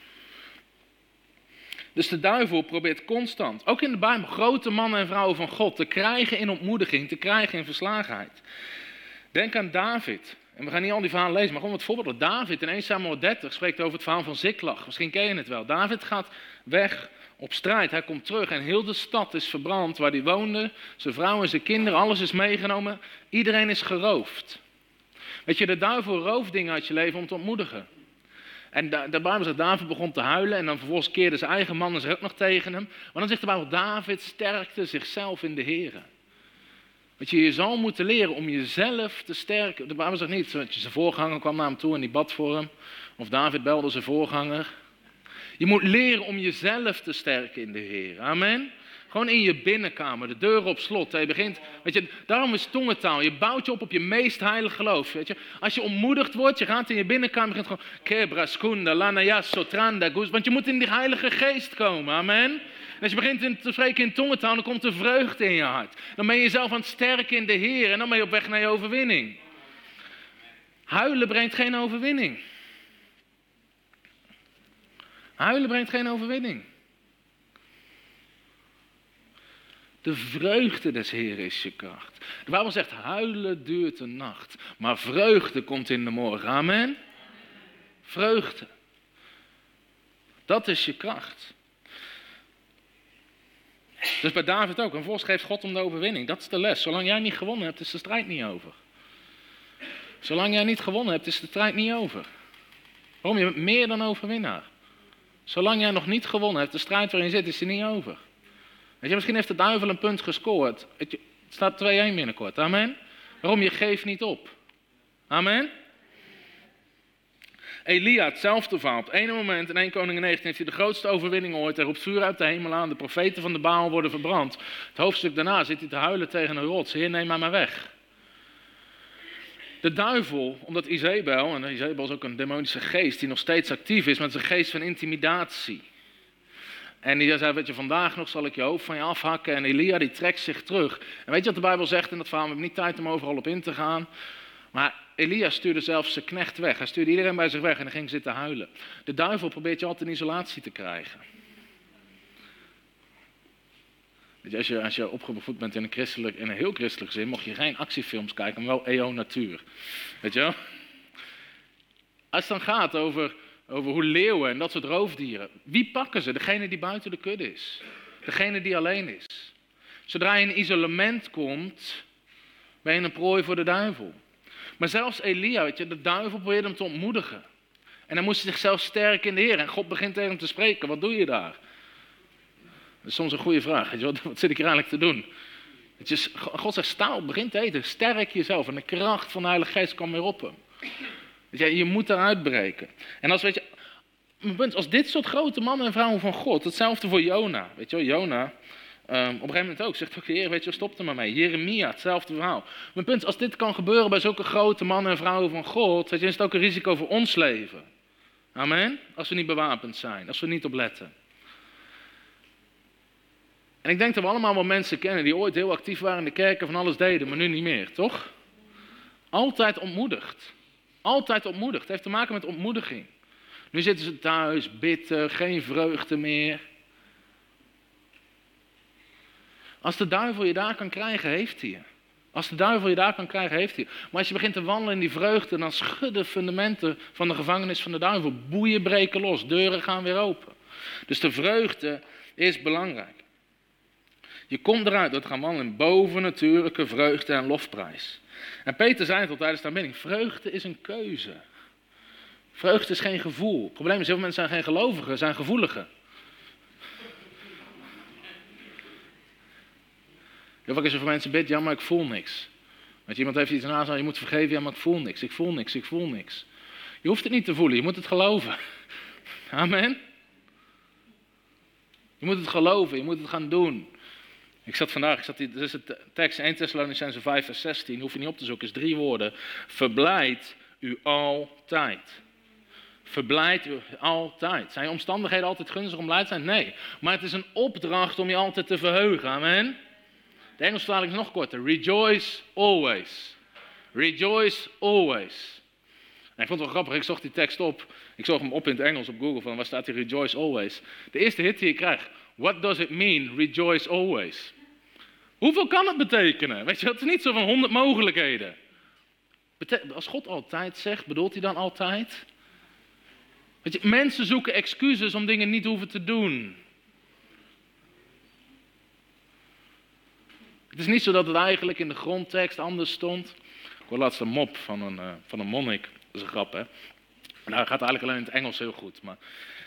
Dus de duivel probeert constant, ook in de Bijbel, grote mannen en vrouwen van God te krijgen in ontmoediging, te krijgen in verslagenheid. Denk aan David. En we gaan niet al die verhalen lezen, maar gewoon wat voorbeelden. David in 1 Samuel 30 spreekt over het verhaal van Ziklag. Misschien ken je het wel. David gaat weg op strijd. Hij komt terug en heel de stad is verbrand waar hij woonde. Zijn vrouw en zijn kinderen, alles is meegenomen. Iedereen is geroofd. Weet je, de duivel rooft dingen uit je leven om te ontmoedigen. En de Bijbel zegt, David begon te huilen en dan vervolgens keerde zijn eigen mannen zich ook nog tegen hem. Maar dan zegt de Bijbel, David sterkte zichzelf in de Here. Weet je zal moeten leren om jezelf te sterken. De Bijbel zegt niet, dat je zijn voorganger kwam naar hem toe en die bad voor hem. Of David belde zijn voorganger. Je moet leren om jezelf te sterken in de Heer. Amen. Gewoon in je binnenkamer, de deuren op slot. Je begint, weet je, daarom is tongentaal. Je bouwt je op je meest heilig geloof. Weet je. Als je ontmoedigd wordt, je gaat in je binnenkamer, begint gewoon Kebra, Skunda, Lanaya, Sotranda, Goes. Want je moet in die heilige geest komen. Amen. En als je begint te spreken in tongentaal, dan komt er vreugde in je hart. Dan ben je jezelf aan het sterken in de Heer en dan ben je op weg naar je overwinning. Huilen brengt geen overwinning. Huilen brengt geen overwinning. De vreugde des Heeren is je kracht. De Bijbel zegt, huilen duurt een nacht, maar vreugde komt in de morgen. Amen. Vreugde. Dat is je kracht. Dus bij David ook. En vervolgens geeft God om de overwinning. Dat is de les. Zolang jij niet gewonnen hebt, is de strijd niet over. Zolang jij niet gewonnen hebt, is de strijd niet over. Waarom? Je bent meer dan overwinnaar. Zolang jij nog niet gewonnen hebt, de strijd waarin je zit, is die niet over. Weet je, misschien heeft de duivel een punt gescoord. Het staat 2-1 binnenkort. Amen. Waarom? Je geeft niet op. Amen. Elia, hetzelfde verhaal. Op één moment, in 1 Koningen 19, heeft hij de grootste overwinning ooit. Hij roept vuur uit de hemel aan. De profeten van de Baal worden verbrand. Het hoofdstuk daarna zit hij te huilen tegen een rots. Heer, neem maar weg. De duivel, omdat Izebel, en Izebel is ook een demonische geest die nog steeds actief is, met zijn geest van intimidatie. En die zei, weet je, vandaag nog zal ik je hoofd van je afhakken. En Elia die trekt zich terug. En weet je wat de Bijbel zegt in dat verhaal? We hebben niet tijd om overal op in te gaan. Maar Elia stuurde zelfs zijn knecht weg. Hij stuurde iedereen bij zich weg en hij ging zitten huilen. De duivel probeert je altijd in isolatie te krijgen. Weet je, als je opgevoed bent in een heel christelijk zin, mocht je geen actiefilms kijken, maar wel EO Natuur. Weet je wel? Als het dan gaat over hoe leeuwen en dat soort roofdieren. Wie pakken ze? Degene die buiten de kudde is. Degene die alleen is. Zodra je in isolement komt, ben je een prooi voor de duivel. Maar zelfs Elia, weet je, de duivel probeerde hem te ontmoedigen. En hij moest zichzelf sterken in de Heer. En God begint tegen hem te spreken. Wat doe je daar? Dat is soms een goede vraag. Weet je, wat zit ik hier eigenlijk te doen? Weet je, God zegt, sta op, begin te eten. Sterk jezelf en de kracht van de Heilige Geest kan weer op hem. Weet je moet eruit breken. En als, weet je, mijn punt, als dit soort grote mannen en vrouwen van God, hetzelfde voor Jona. Weet je wel, Jona, op een gegeven moment ook, zegt ook, Heer, weet je, stop er maar mee. Jeremia, hetzelfde verhaal. Mijn punt, als dit kan gebeuren bij zulke grote mannen en vrouwen van God, weet je, is het ook een risico voor ons leven. Amen? Als we niet bewapend zijn, als we niet opletten. En ik denk dat we allemaal wel mensen kennen die ooit heel actief waren in de kerk en van alles deden, maar nu niet meer, toch? Altijd ontmoedigd. Altijd ontmoedigd. Het heeft te maken met ontmoediging. Nu zitten ze thuis, bitter, geen vreugde meer. Als de duivel je daar kan krijgen, heeft hij je. Als de duivel je daar kan krijgen, heeft hij je. Maar als je begint te wandelen in die vreugde, dan schudden fundamenten van de gevangenis van de duivel. Boeien breken los, deuren gaan weer open. Dus de vreugde is belangrijk. Je komt eruit door te gaan wandelen in bovennatuurlijke vreugde en lofprijs. En Peter zei het al tijdens de aanbidding, vreugde is een keuze. Vreugde is geen gevoel. Het probleem is, heel veel mensen zijn geen gelovigen, zijn gevoeligen. Heel vaak is er voor mensen bid, ja maar ik voel niks. Want iemand heeft iets naast, je moet vergeven, ja maar ik voel niks, ik voel niks, ik voel niks. Je hoeft het niet te voelen, je moet het geloven. Amen. Je moet het geloven, je moet het gaan doen. Dit is de tekst 1 Thessalonicenzen 5 vers 16, hoef je niet op te zoeken, is 3 woorden. Verblijd u altijd. Verblijd u altijd. Zijn je omstandigheden altijd gunstig om blij te zijn? Nee. Maar het is een opdracht om je altijd te verheugen. Amen. De Engelse vertaling is nog korter. Rejoice always. Rejoice always. En ik vond het wel grappig, ik zocht die tekst op. Ik zocht hem op in het Engels op Google, van waar staat die rejoice always. De eerste hit die ik krijg. What does it mean, rejoice always? Hoeveel kan het betekenen? Weet je, het is niet zo van 100 mogelijkheden. Als God altijd zegt, bedoelt hij dan altijd? Weet je, mensen zoeken excuses om dingen niet te hoeven te doen. Het is niet zo dat het eigenlijk in de grondtekst anders stond. Ik hoorde laatst een mop van een monnik. Dat is een grap, hè. Nou, dat gaat eigenlijk alleen in het Engels heel goed. Maar,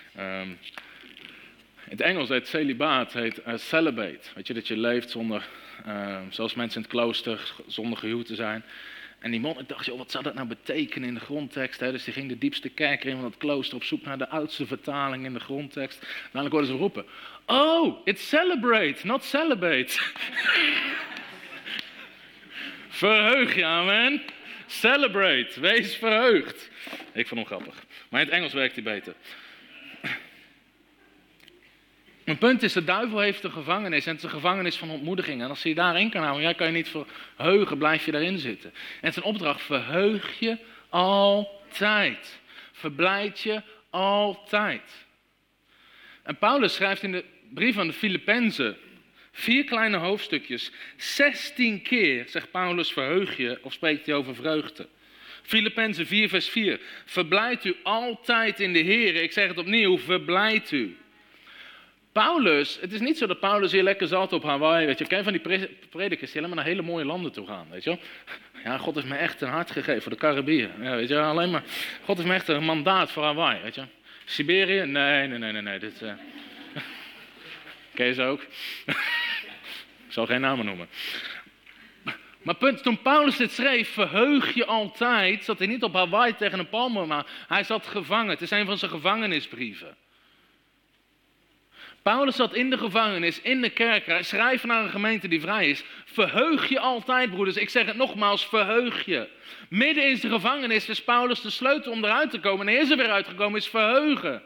in het Engels heet celibaat celibate. Weet je, dat je leeft zonder, zoals mensen in het klooster, zonder gehuwd te zijn. En die monnik dacht, joh, wat zou dat nou betekenen in de grondtekst? Hè? Dus die ging de diepste kerker in van het klooster op zoek naar de oudste vertaling in de grondtekst. Namelijk hoorden ze roepen, oh, it's celebrate, not celibate. Verheug je, amen. Celebrate, wees verheugd. Ik vond hem grappig. Maar in het Engels werkt hij beter. Mijn punt is, de duivel heeft een gevangenis en het is een gevangenis van ontmoediging. En als hij daarin kan houden, kan je niet verheugen, blijf je daarin zitten. En het is een opdracht, verheug je altijd. Verblijd je altijd. En Paulus schrijft in de brief aan de Filippenzen, 4 kleine hoofdstukjes, 16 keer zegt Paulus verheug je of spreekt hij over vreugde. Filippenzen 4 vers 4, verblijd u altijd in de Heer. Ik zeg het opnieuw, verblijd u. Paulus, het is niet zo dat Paulus hier lekker zat op Hawaii, weet je. Ken je van die predikers die helemaal naar hele mooie landen toe gaan, weet je wel. Ja, God heeft me echt een hart gegeven voor de Caribiën. Ja, weet je, alleen maar, God heeft me echt een mandaat voor Hawaii, weet je. Siberië? Nee. Dit, ken je ze ook? Ik zal geen namen noemen. Maar punt, toen Paulus dit schreef, verheug je altijd, zat hij niet op Hawaii tegen een palmboom, maar hij zat gevangen. Het is een van zijn gevangenisbrieven. Paulus zat in de gevangenis, in de kerk, hij schrijft naar een gemeente die vrij is. Verheug je altijd, broeders. Ik zeg het nogmaals, verheug je. Midden in zijn gevangenis is Paulus de sleutel om eruit te komen. En hij is er weer uitgekomen, is verheugen.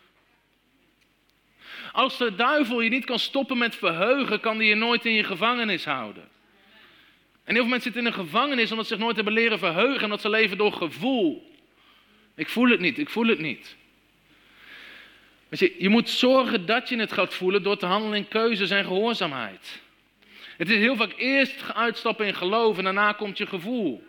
Als de duivel je niet kan stoppen met verheugen, kan hij je nooit in je gevangenis houden. En heel veel mensen zitten in een gevangenis omdat ze zich nooit hebben leren verheugen. En dat ze leven door gevoel. Ik voel het niet. Weet je moet zorgen dat je het gaat voelen door te handelen in keuzes en gehoorzaamheid. Het is heel vaak eerst uitstappen in geloof en daarna komt je gevoel.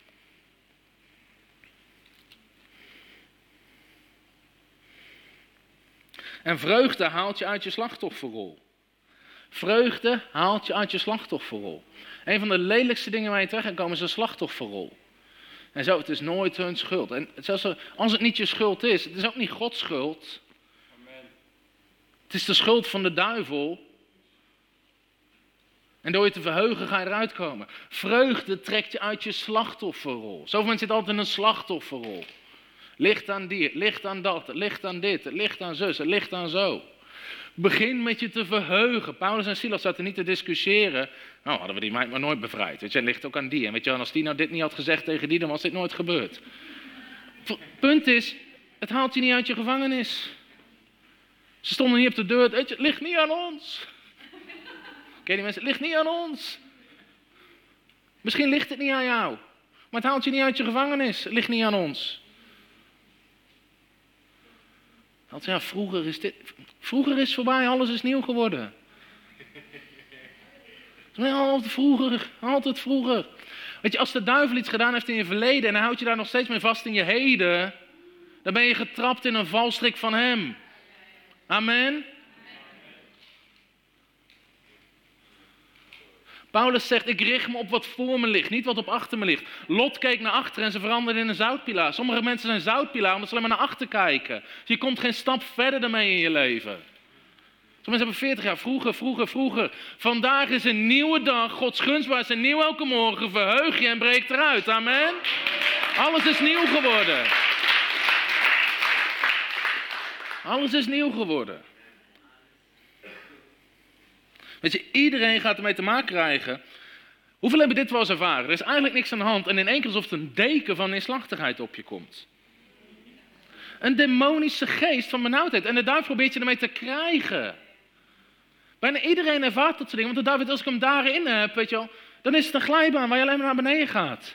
En vreugde haalt je uit je slachtofferrol. Vreugde haalt je uit je slachtofferrol. Een van de lelijkste dingen waar je terecht kan komen is een slachtofferrol. En zo, het is nooit hun schuld. En zelfs als het niet je schuld is, het is ook niet Gods schuld. Amen. Het is de schuld van de duivel. En door je te verheugen ga je eruit komen. Vreugde trekt je uit je slachtofferrol. Zoveel mensen zitten altijd in een slachtofferrol. Ligt aan die, ligt aan dat, ligt aan dit, ligt aan zus, ligt aan zo. Begin met je te verheugen. Paulus en Silas zaten niet te discussiëren. Nou, hadden we die meid maar nooit bevrijd. Weet je, het ligt ook aan die. En weet je, als die nou dit niet had gezegd tegen die, dan was dit nooit gebeurd. Punt is, het haalt je niet uit je gevangenis. Ze stonden niet op de deur. Weet je, het ligt niet aan ons. Ken je die mensen? Het ligt niet aan ons. Misschien ligt het niet aan jou. Maar het haalt je niet uit je gevangenis. Het ligt niet aan ons. Ja, vroeger is voorbij, alles is nieuw geworden. Altijd vroeger. Weet je, als de duivel iets gedaan heeft in je verleden en hij houdt je daar nog steeds mee vast in je heden, dan ben je getrapt in een valstrik van hem. Amen. Paulus zegt, ik richt me op wat voor me ligt, niet wat op achter me ligt. Lot keek naar achter en ze veranderde in een zoutpilaar. Sommige mensen zijn zoutpilaar omdat ze alleen maar naar achter kijken. Dus je komt geen stap verder daarmee in je leven. Sommige mensen hebben 40 jaar, vroeger. Vandaag is een nieuwe dag, Gods gunstbaar is een nieuw elke morgen. Verheug je en breek eruit, amen. Alles is nieuw geworden. Alles is nieuw geworden. Weet je, iedereen gaat ermee te maken krijgen. Hoeveel hebben dit wel eens ervaren? Er is eigenlijk niks aan de hand en in één keer alsof er een deken van neerslachtigheid op je komt. Een demonische geest van benauwdheid. En de duivel probeert je ermee te krijgen. Bijna iedereen ervaart dat soort dingen. Want de duivel, als ik hem daarin heb, weet je wel, dan is het een glijbaan waar je alleen maar naar beneden gaat.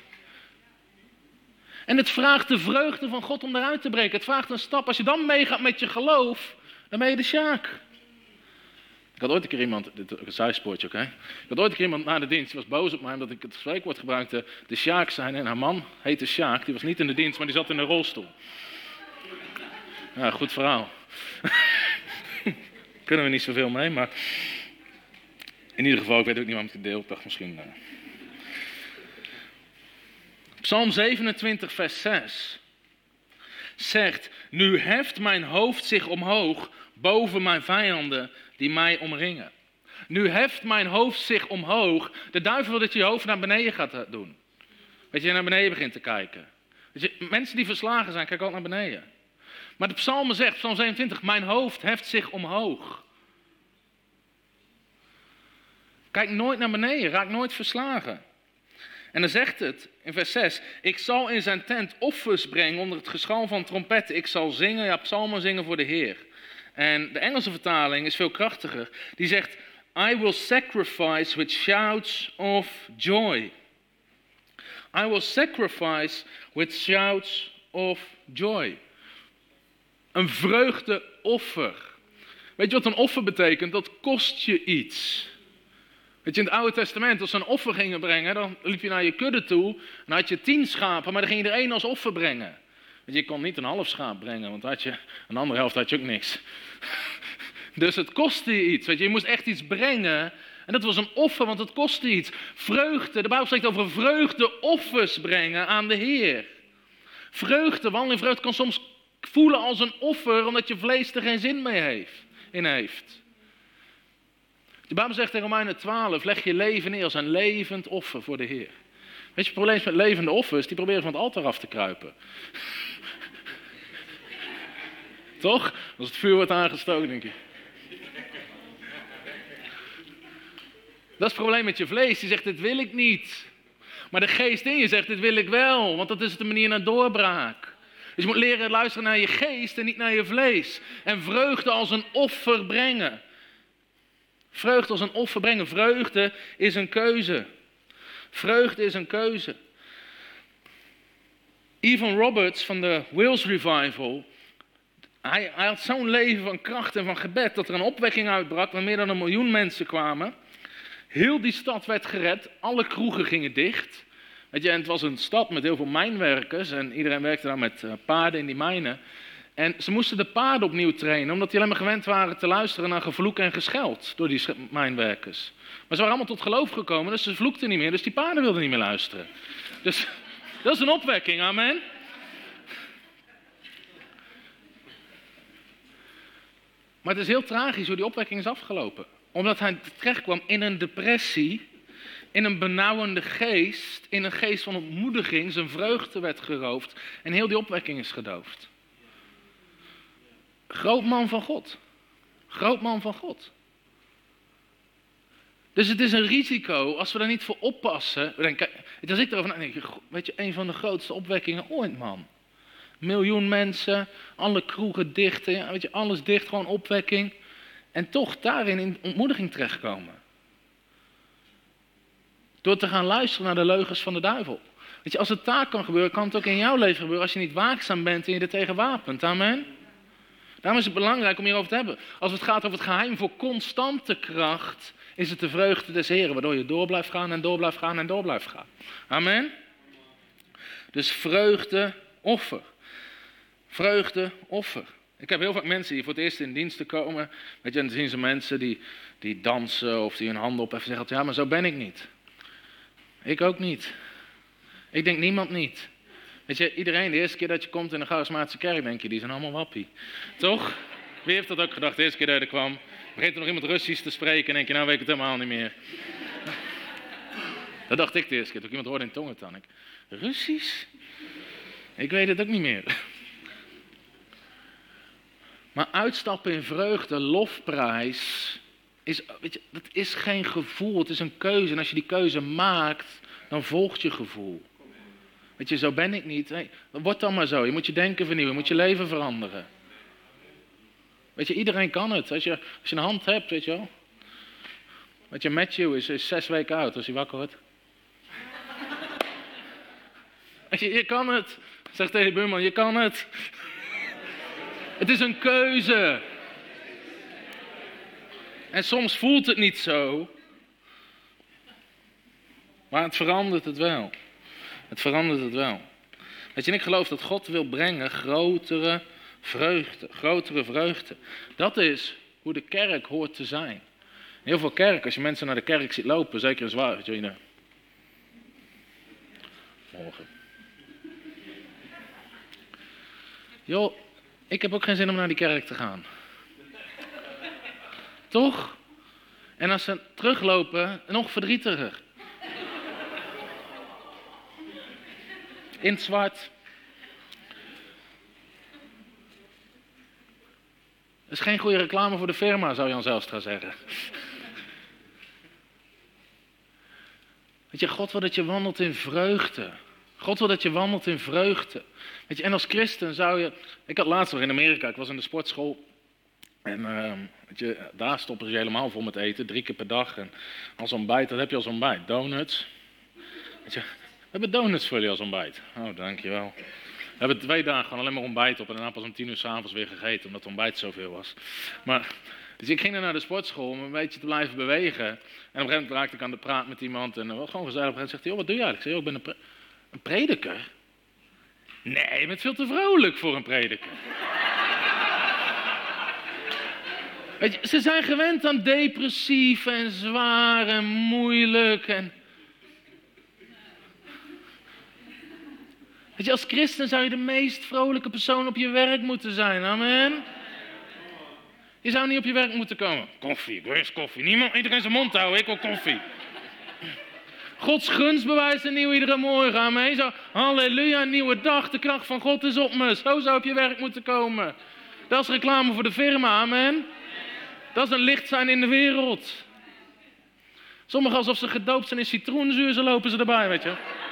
En het vraagt de vreugde van God om eruit te breken. Het vraagt een stap. Als je dan meegaat met je geloof, dan ben je de sjaak. Ik had ooit een keer iemand, dit is een zijspoortje, oké? Ik had ooit een keer iemand na de dienst, die was boos op mij omdat ik het spreekwoord gebruikte, de Sjaak zijn. En haar man heette Sjaak, die was niet in de dienst, maar die zat in een rolstoel. Ja, goed verhaal. Kunnen we niet zoveel mee, maar in ieder geval, ik weet ook niet waarom ik het deel. Ik dacht misschien... Psalm 27, vers 6 zegt, nu heft mijn hoofd zich omhoog boven mijn vijanden die mij omringen. Nu heft mijn hoofd zich omhoog. De duivel wil dat je je hoofd naar beneden gaat doen. Dat je naar beneden begint te kijken. Mensen die verslagen zijn, kijken altijd naar beneden. Maar de psalm zegt, psalm 27, mijn hoofd heft zich omhoog. Kijk nooit naar beneden, raak nooit verslagen. En dan zegt het in vers 6, ik zal in zijn tent offers brengen onder het geschal van trompetten. Ik zal zingen, ja, psalmen zingen voor de Heer. En de Engelse vertaling is veel krachtiger. Die zegt, I will sacrifice with shouts of joy. I will sacrifice with shouts of joy. Een vreugdeoffer. Weet je wat een offer betekent? Dat kost je iets. Weet je, in het Oude Testament, als ze een offer gingen brengen, dan liep je naar je kudde toe. En dan had je 10 schapen, maar dan ging je er 1 als offer brengen. Want je kon niet een half schaap brengen, want had je een andere helft had je ook niks. Dus het kostte je iets. Weet je moest echt iets brengen. En dat was een offer, want het kostte iets. Vreugde, de Bijbel spreekt over vreugdeoffers brengen aan de Heer. Vreugde, wandelen in vreugde kan soms voelen als een offer, omdat je vlees er geen zin mee heeft. De Bijbel zegt in Romeinen 12, leg je leven neer als een levend offer voor de Heer. Weet je, het probleem is met levende offers, die proberen van het altaar af te kruipen. Toch? Als het vuur wordt aangestoken, denk je. Dat is het probleem met je vlees. Die zegt, dit wil ik niet. Maar de geest in je zegt, dit wil ik wel. Want dat is de manier naar doorbraak. Dus je moet leren luisteren naar je geest en niet naar je vlees. En vreugde als een offer brengen. Vreugde als een offer brengen. Vreugde is een keuze. Vreugde is een keuze. Evan Roberts van de Wales Revival. Hij had zo'n leven van kracht en van gebed dat er een opwekking uitbrak waar meer dan 1 miljoen mensen kwamen. Heel die stad werd gered, alle kroegen gingen dicht. Weet je, en het was een stad met heel veel mijnwerkers en iedereen werkte daar met paarden in die mijnen. En ze moesten de paarden opnieuw trainen, omdat die alleen maar gewend waren te luisteren naar gevloek en gescheld door die mijnwerkers. Maar ze waren allemaal tot geloof gekomen, dus ze vloekten niet meer, dus die paarden wilden niet meer luisteren. Dus dat is een opwekking, amen. Maar het is heel tragisch hoe die opwekking is afgelopen. Omdat hij terechtkwam in een depressie, in een benauwende geest, in een geest van ontmoediging. Zijn vreugde werd geroofd en heel die opwekking is gedoofd. Groot man van God. Groot man van God. Dus het is een risico als we daar niet voor oppassen. Als ik erover nadenk, weet je, een van de grootste opwekkingen ooit, man. 1 miljoen mensen, alle kroegen dicht, ja, weet je, alles dicht, gewoon opwekking. En toch daarin in ontmoediging terechtkomen. Door te gaan luisteren naar de leugens van de duivel. Weet je, als het daar kan gebeuren, kan het ook in jouw leven gebeuren als je niet waakzaam bent en je er tegen wapent. Amen. Daarom is het belangrijk om hierover te hebben. Als het gaat over het geheim voor constante kracht, is het de vreugde des Heren, waardoor je door blijft gaan en door blijft gaan en door blijft gaan. Amen. Dus vreugde, offer. Vreugde, offer. Ik heb heel vaak mensen die voor het eerst in diensten komen. Weet je, en dan zien ze mensen die dansen of die hun handen opheffen en zeggen, ja, maar zo ben ik niet. Ik ook niet. Ik denk niemand niet. Weet je, iedereen, de eerste keer dat je komt in de charismatische kerk, denk je, die zijn allemaal wappie. Toch? Wie heeft dat ook gedacht de eerste keer dat je er kwam? Begint er nog iemand Russisch te spreken en denk je, nou weet ik het helemaal niet meer. Dat dacht ik de eerste keer, toen iemand hoorde in tongentaal. Russisch? Ik weet het ook niet meer. Maar uitstappen in vreugde, lofprijs, weet je, dat is geen gevoel, het is een keuze. En als je die keuze maakt, dan volgt je gevoel. Weet je, zo ben ik niet. Hey, word dan maar zo. Je moet je denken vernieuwen, je moet je leven veranderen. Weet je, iedereen kan het. Als je een hand hebt, weet je wel. Weet je, Matthew is 6 weken oud als hij wakker wordt. Weet je kan het. Zeg tegen de buurman, je kan het. Het is een keuze. En soms voelt het niet zo. Maar het verandert het wel. Het verandert het wel. Weet je, en ik geloof dat God wil brengen grotere vreugde. Dat is hoe de kerk hoort te zijn. In heel veel kerken, als je mensen naar de kerk ziet lopen, zeker in Zwaar, weet je, morgen. Joh, ik heb ook geen zin om naar die kerk te gaan. Toch? En als ze teruglopen, nog verdrietiger. In het zwart. Dat is geen goede reclame voor de firma, zou Jan Zijlstra zeggen. Weet je, God wil dat je wandelt in vreugde. God wil dat je wandelt in vreugde. Weet je, en als christen zou je... Ik had laatst nog in Amerika, ik was in de sportschool. En weet je, daar stoppen ze helemaal vol met eten, 3 keer per dag. En als ontbijt, wat heb je als ontbijt? Donuts. Weet je, we hebben donuts voor jullie als ontbijt. Oh, dankjewel. We hebben 2 dagen gewoon alleen maar ontbijt op en daarna pas om 10 uur 's avonds weer gegeten, omdat het ontbijt zoveel was. Maar, dus ik ging naar de sportschool om een beetje te blijven bewegen. En op een gegeven moment raakte ik aan de praat met iemand en gewoon gezellig. Op een gegeven moment zegt hij, joh, wat doe je eigenlijk? Ik zei, joh, ik ben een prediker. Nee, je bent veel te vrolijk voor een prediker. Weet je, ze zijn gewend aan depressief en zwaar en moeilijk en... Weet je, als christen zou je de meest vrolijke persoon op je werk moeten zijn. Amen. Je zou niet op je werk moeten komen. Koffie, waar is koffie? Iedereen zijn mond houden, ik wil koffie. Gods gunstbewijs is nieuw iedere morgen. Amen. Zo, halleluja, een nieuwe dag. De kracht van God is op me. Zo zou je op je werk moeten komen. Dat is reclame voor de firma. Amen. Dat is een licht zijn in de wereld. Sommigen alsof ze gedoopt zijn in citroenzuur, zo lopen ze erbij, weet je.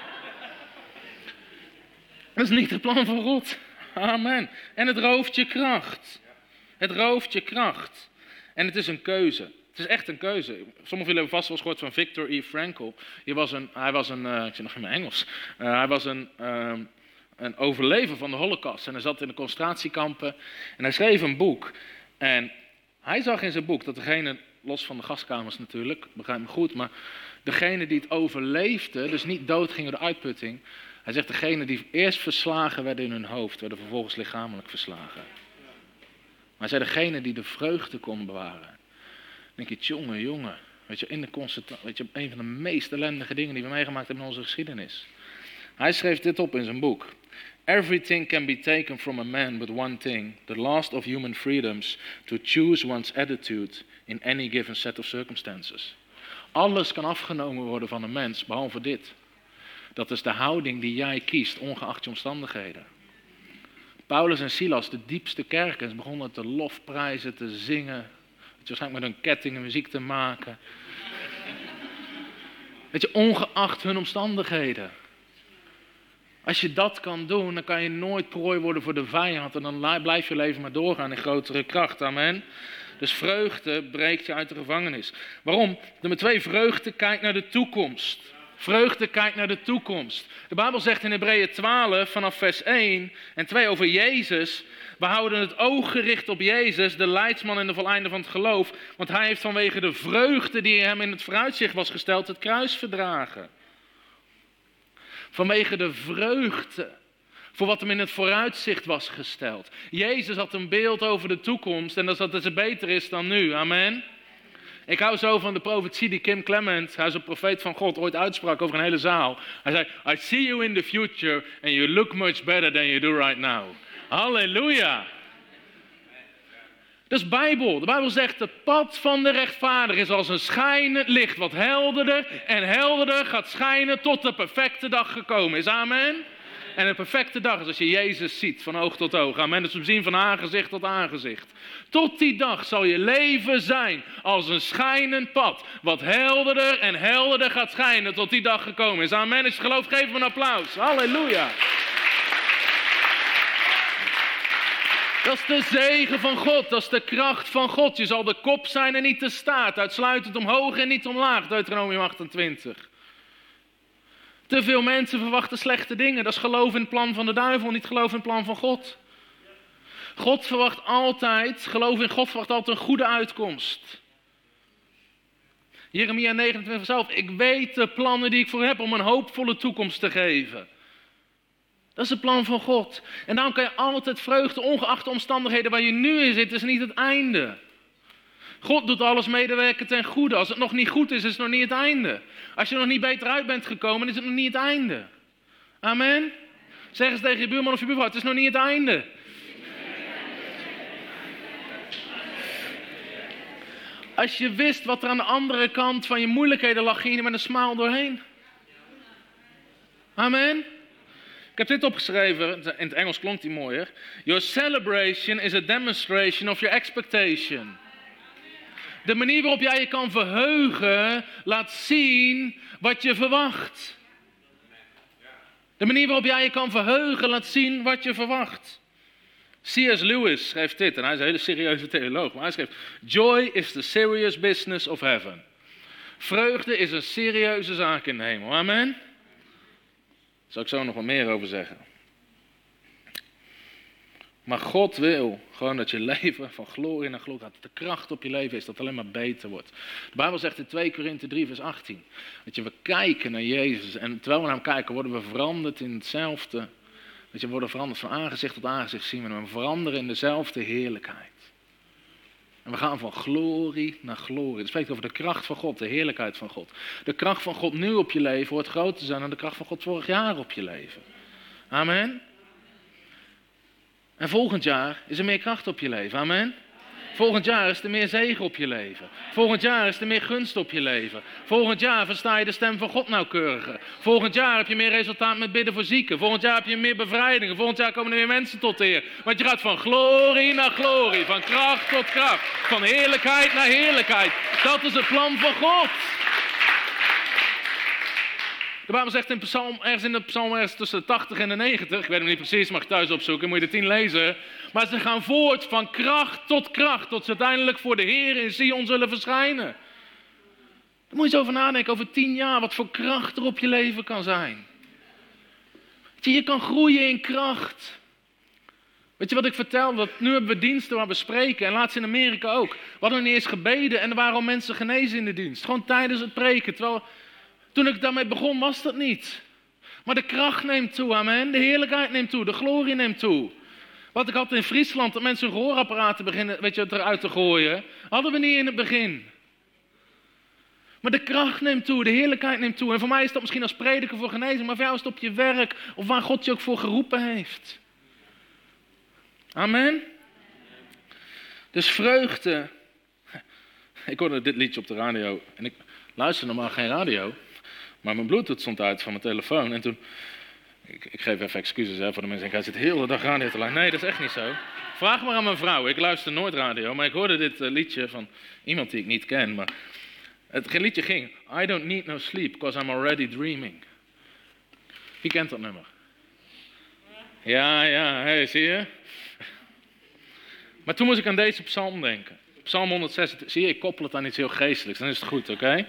Dat is niet het plan van God. Amen. En het rooft je kracht. Het rooft je kracht. En het is een keuze. Het is echt een keuze. Sommigen van jullie hebben vast wel eens gehoord van Viktor E. Frankl. Hij was een ik zit nog in mijn Engels. Hij was een overlever van de Holocaust. En hij zat in de concentratiekampen. En hij schreef een boek. En hij zag in zijn boek dat degene, los van de gaskamers natuurlijk, begrijp me goed, maar degene die het overleefde, dus niet doodgingen door uitputting. Hij zegt, degene die eerst verslagen werden in hun hoofd, werden vervolgens lichamelijk verslagen. Maar hij zei, degene die de vreugde kon bewaren. Dan denk je, jongen, weet je, in de weet je, een van de meest ellendige dingen die we meegemaakt hebben in onze geschiedenis. Hij schreef dit op in zijn boek. Everything can be taken from a man but one thing, the last of human freedoms, to choose one's attitude In any given set of circumstances. Alles kan afgenomen worden van een mens, behalve dit. Dat is de houding die jij kiest, ongeacht je omstandigheden. Paulus en Silas, de diepste kerkers, begonnen te lofprijzen, te zingen. Waarschijnlijk met hun kettingen muziek te maken. Weet je, ongeacht hun omstandigheden. Als je dat kan doen, dan kan je nooit prooi worden voor de vijand. En dan blijf je leven maar doorgaan in grotere kracht. Amen. Dus vreugde breekt je uit de gevangenis. Waarom? Nummer 2, vreugde kijkt naar de toekomst. Vreugde kijkt naar de toekomst. De Bijbel zegt in Hebreeën 12 vanaf vers 1 en 2 over Jezus. We houden het oog gericht op Jezus, de leidsman en de voleinder van het geloof. Want hij heeft vanwege de vreugde die hem in het vooruitzicht was gesteld, het kruis verdragen. Vanwege de vreugde voor wat hem in het vooruitzicht was gesteld. Jezus had een beeld over de toekomst en dat het beter is dan nu. Amen. Ik hou zo van de profetie die Kim Clement, hij is een profeet van God, ooit uitsprak over een hele zaal. Hij zei, I see you in the future and you look much better than you do right now. Halleluja. Dat is Bijbel. De Bijbel zegt, het pad van de rechtvaardige is als een schijnend licht, wat helderder en helderder gaat schijnen tot de perfecte dag gekomen is. Amen. En een perfecte dag is als je Jezus ziet van oog tot oog. Amen. Dus we zien van aangezicht tot aangezicht. Tot die dag zal je leven zijn als een schijnend pad. Wat helderder en helderder gaat schijnen tot die dag gekomen is. Amen. Als je gelooft, geef hem een applaus. Halleluja. Dat is de zegen van God. Dat is de kracht van God. Je zal de kop zijn en niet de staart. Uitsluitend omhoog en niet omlaag. Deuteronomium 28. Te veel mensen verwachten slechte dingen. Dat is geloof in het plan van de duivel, niet geloof in het plan van God. Geloof in God verwacht altijd een goede uitkomst. Jeremia 29 zelf, ik weet de plannen die ik voor heb om een hoopvolle toekomst te geven. Dat is het plan van God. En daarom kan je altijd vreugde, ongeacht de omstandigheden waar je nu in zit, is niet het einde. God doet alles medewerken ten goede. Als het nog niet goed is het nog niet het einde. Als je er nog niet beter uit bent gekomen, is het nog niet het einde. Amen. Zeg eens tegen je buurman of je buurvrouw, het is nog niet het einde. Als je wist wat er aan de andere kant van je moeilijkheden lag, ging je er met een smile doorheen. Amen. Ik heb dit opgeschreven, in het Engels klonk die mooier. Your celebration is a demonstration of your expectation. De manier waarop jij je kan verheugen, laat zien wat je verwacht. De manier waarop jij je kan verheugen, laat zien wat je verwacht. C.S. Lewis schrijft dit, en hij is een hele serieuze theoloog, maar hij schrijft, joy is the serious business of heaven. Vreugde is een serieuze zaak in de hemel. Amen. Daar zal ik zo nog wat meer over zeggen. Maar God wil gewoon dat je leven van glorie naar glorie gaat. Dat de kracht op je leven is, dat het alleen maar beter wordt. De Bijbel zegt in 2 Korinthe 3 vers 18. Dat we kijken naar Jezus. En terwijl we naar hem kijken worden we veranderd in hetzelfde. Dat we worden veranderd van aangezicht tot aangezicht zien we. We veranderen in dezelfde heerlijkheid. En we gaan van glorie naar glorie. Het spreekt over de kracht van God, de heerlijkheid van God. De kracht van God nu op je leven wordt groter zijn dan de kracht van God vorig jaar op je leven. Amen. En volgend jaar is er meer kracht op je leven. Amen. Volgend jaar is er meer zegen op je leven. Volgend jaar is er meer gunst op je leven. Volgend jaar versta je de stem van God nauwkeuriger. Volgend jaar heb je meer resultaat met bidden voor zieken. Volgend jaar heb je meer bevrijdingen. Volgend jaar komen er meer mensen tot de Heer. Want je gaat van glorie naar glorie. Van kracht tot kracht. Van heerlijkheid naar heerlijkheid. Dat is het plan van God. De Bijbel zegt in de psalm ergens tussen de 80 en de 90, ik weet het niet precies, mag je thuis opzoeken, moet je de 10 lezen. Maar ze gaan voort van kracht, tot ze uiteindelijk voor de Heer in Sion zullen verschijnen. Daar moet je eens over nadenken, over 10 jaar, wat voor kracht er op je leven kan zijn. Je kan groeien in kracht. Weet je wat ik vertel? Want nu hebben we diensten waar we spreken en laatst in Amerika ook. We hadden niet eens gebeden en er waren al mensen genezen in de dienst. Gewoon tijdens het preken, terwijl... Toen ik daarmee begon was dat niet. Maar de kracht neemt toe, amen. De heerlijkheid neemt toe, de glorie neemt toe. Wat ik had in Friesland, dat mensen hun gehoorapparaten beginnen, eruit te gooien. Hadden we niet in het begin. Maar de kracht neemt toe, de heerlijkheid neemt toe. En voor mij is dat misschien als prediker voor genezing, maar voor jou is het op je werk of waar God je ook voor geroepen heeft. Amen. Dus vreugde Ik hoorde dit liedje op de radio en ik luister normaal geen radio, maar mijn Bluetooth stond uit van mijn telefoon en toen, ik geef even excuses voor de mensen, hij zit de hele dag radio te luisteren. Nee, dat is echt niet zo. Vraag maar aan mijn vrouw, ik luister nooit radio, maar ik hoorde dit liedje van iemand die ik niet ken, maar het liedje ging, I don't need no sleep, because I'm already dreaming. Wie kent dat nummer? Ja, hey, zie je? Maar toen moest ik aan deze psalm denken. Psalm 106, zie je, ik koppel het aan iets heel geestelijks, dan is het goed, oké?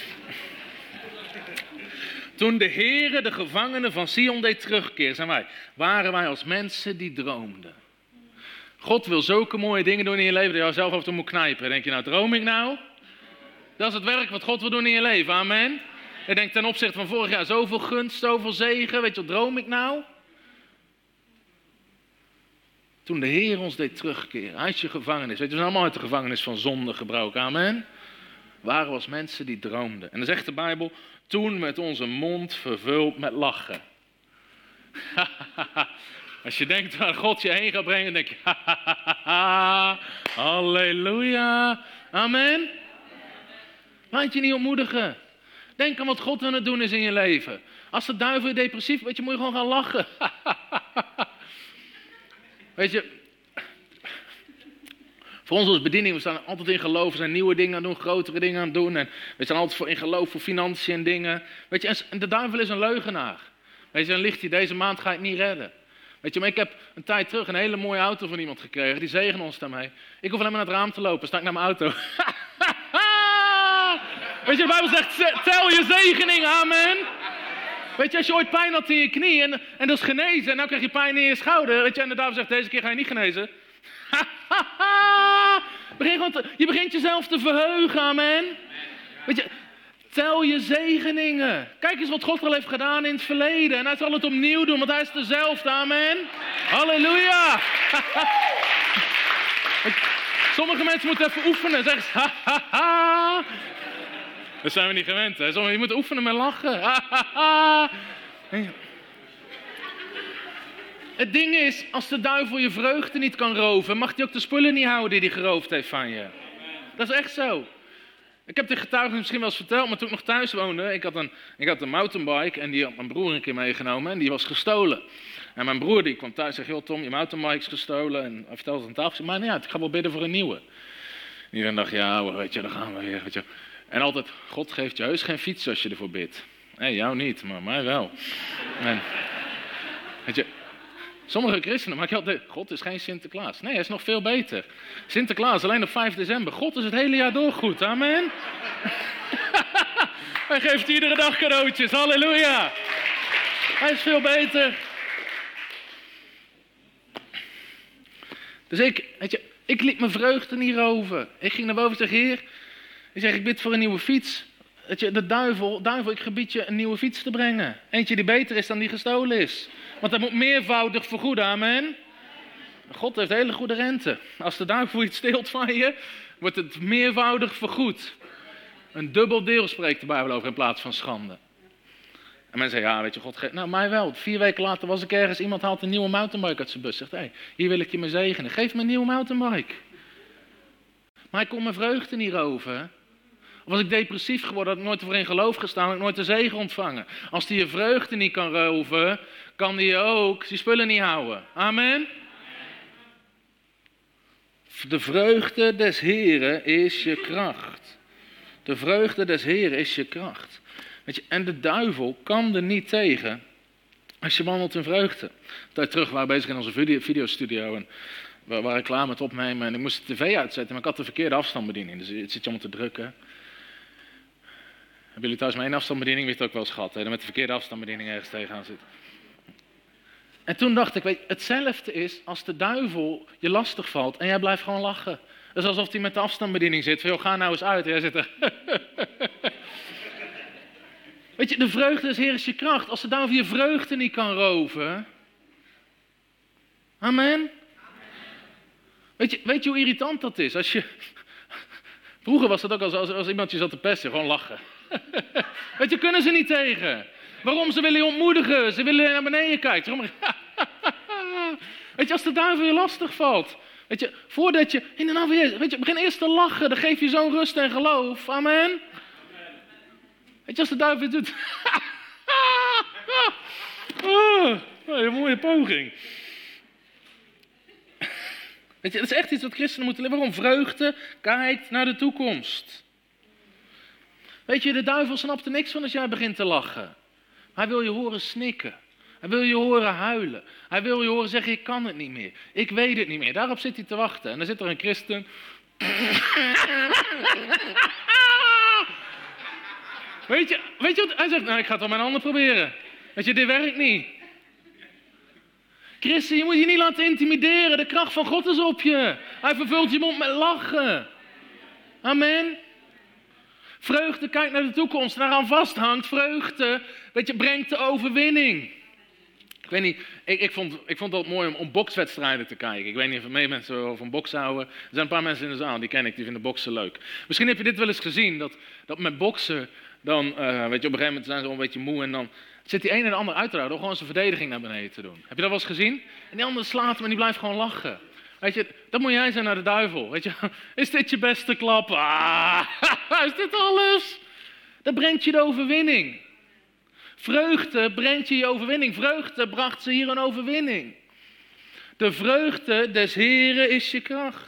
Toen de Heere de gevangenen van Sion deed terugkeren, waren wij als mensen die droomden. God wil zulke mooie dingen doen in je leven dat je zelf af en toe moet knijpen. Dan denk je, nou droom ik nou? Dat is het werk wat God wil doen in je leven, amen? Je denkt ten opzichte van vorig jaar, zoveel gunst, zoveel zegen, weet je wat droom ik nou? Toen de Heer ons deed terugkeren uit je gevangenis. Weet je, we zijn allemaal uit de gevangenis van zonde gebroken. Amen. Waren we als mensen die droomden. En dan zegt de Bijbel, toen met onze mond vervuld met lachen. Als je denkt waar God je heen gaat brengen, dan denk je, halleluja. Amen. Laat je niet ontmoedigen. Denk aan wat God aan het doen is in je leven. Als de duivel je depressief, weet je, moet je gewoon gaan lachen. Weet je, voor ons als bediening, we staan altijd in geloof, we zijn nieuwe dingen aan het doen, grotere dingen aan het doen. En we staan altijd in geloof voor financiën en dingen. Weet je, en de duivel is een leugenaar. Weet je, dan ligt hij, deze maand ga ik niet redden. Weet je, maar ik heb een tijd terug een hele mooie auto van iemand gekregen, die zegen ons daarmee. Ik hoef alleen maar naar het raam te lopen, sta ik naar mijn auto. Weet je, de Bijbel zegt, tel je zegening, amen. Weet je, als je ooit pijn had in je knie en dat is genezen en nou krijg je pijn in je schouder. Weet je, en de duivel zegt, deze keer ga je niet genezen. Je begint jezelf te verheugen, amen. Weet je, tel je zegeningen. Kijk eens wat God al heeft gedaan in het verleden. En hij zal het opnieuw doen, want hij is dezelfde, amen. Halleluja. Sommige mensen moeten even oefenen. Zeggen ze, dat zijn we niet gewend, hè. Je moet oefenen met lachen. Het ding is, als de duivel je vreugde niet kan roven, mag hij ook de spullen niet houden die hij geroofd heeft van je. Dat is echt zo. Ik heb de getuigenis misschien wel eens verteld, maar toen ik nog thuis woonde, ik had een mountainbike en die had mijn broer een keer meegenomen en die was gestolen. En mijn broer die kwam thuis en zei, joh Tom, je mountainbike is gestolen. En hij vertelde het aan tafel, maar ja, ik ga wel bidden voor een nieuwe. En iedereen dacht, ja, weet je, daar gaan we weer, weet je. En altijd, God geeft je heus geen fiets als je ervoor bidt. Nee, jou niet, maar mij wel. En, weet je, sommige christenen maken altijd, God is geen Sinterklaas. Nee, hij is nog veel beter. Sinterklaas alleen op 5 december. God is het hele jaar door goed, amen. Hij geeft iedere dag cadeautjes, halleluja. Hij is veel beter. Dus ik liet mijn vreugde niet roven. Ik ging naar boven en zei, Heer, ik bid voor een nieuwe fiets. Weet je, de duivel, ik gebied je een nieuwe fiets te brengen. Eentje die beter is dan die gestolen is. Want dat moet meervoudig vergoeden, amen. God heeft hele goede rente. Als de duivel iets steelt van je, wordt het meervoudig vergoed. Een dubbel deel spreekt de Bijbel over in plaats van schande. En mensen zeggen, ja, weet je, God geeft... Nou, mij wel. 4 weken later was ik ergens, iemand haalt een nieuwe mountainbike uit zijn bus. Zegt, hey, hier wil ik je mee zegenen. Geef me een nieuwe mountainbike. Maar hij kon mijn vreugde niet roven. Of was ik depressief geworden, had ik nooit voor in geloof gestaan, had ik nooit de zegen ontvangen. Als hij je vreugde niet kan roven, kan hij je ook die spullen niet houden. Amen. De vreugde des Heren is je kracht. De vreugde des Heren is je kracht. Weet je, en de duivel kan er niet tegen als je wandelt in vreugde. Een tijd terug waren we bezig in onze videostudio en we waren klaar met opnemen en ik moest de tv uitzetten, maar ik had de verkeerde afstandsbediening. Dus het zit je allemaal te drukken. Hebben jullie thuis maar 1 afstandsbediening? Weet je het ook wel eens gehad, hè? Dan met de verkeerde afstandsbediening ergens tegenaan zit. En toen dacht ik, weet je, hetzelfde is als de duivel je lastig valt en jij blijft gewoon lachen. Dat is alsof hij met de afstandsbediening zit. Van, joh, ga nou eens uit. En jij zit er. Weet je, de vreugde des Heeren is je kracht. Als de duivel je vreugde niet kan roven. Amen. Weet je hoe irritant dat is? Vroeger was dat ook als iemand je zat te pesten, gewoon lachen. Weet je, kunnen ze niet tegen. Waarom? Ze willen je ontmoedigen. Ze willen je naar beneden kijken. Weet je, als de duivel je lastig valt, Weet je, voordat je in de naam van Jezus, weet je, begin eerst te lachen. Dan geef je zo'n rust en geloof. Amen. Weet je, als de duivel het doet. Een mooie poging. Weet je, het is echt iets wat christenen moeten leren. Waarom? Vreugde kijkt naar de toekomst. Weet je, de duivel snapt er niks van als jij begint te lachen. Hij wil je horen snikken. Hij wil je horen huilen. Hij wil je horen zeggen, ik kan het niet meer. Ik weet het niet meer. Daarop zit hij te wachten. En dan zit er een christen. Weet je wat? Hij zegt, nou, ik ga het op mijn handen proberen. Weet je, dit werkt niet. Christen, je moet je niet laten intimideren. De kracht van God is op je. Hij vervult je mond met lachen. Amen. Vreugde kijkt naar de toekomst. Daaraan vasthangt. Vreugde, weet je, brengt de overwinning. Ik weet niet, ik vond het mooi om bokswedstrijden te kijken. Ik weet niet of er meer mensen van boksen houden. Er zijn een paar mensen in de zaal, die ken ik, die vinden boksen leuk. Misschien heb je dit wel eens gezien, dat met boksen, dan, weet je, op een gegeven moment zijn ze al een beetje moe en dan zit die een en de ander uit te houden door gewoon zijn verdediging naar beneden te doen. Heb je dat wel eens gezien? En die andere slaat hem en die blijft gewoon lachen. Weet je, dat moet jij zijn naar de duivel. Weet je, is dit je beste klap? Is dit alles? Dat brengt je de overwinning. Vreugde brengt je overwinning. Vreugde bracht ze hier een overwinning. De vreugde des Heren is je kracht.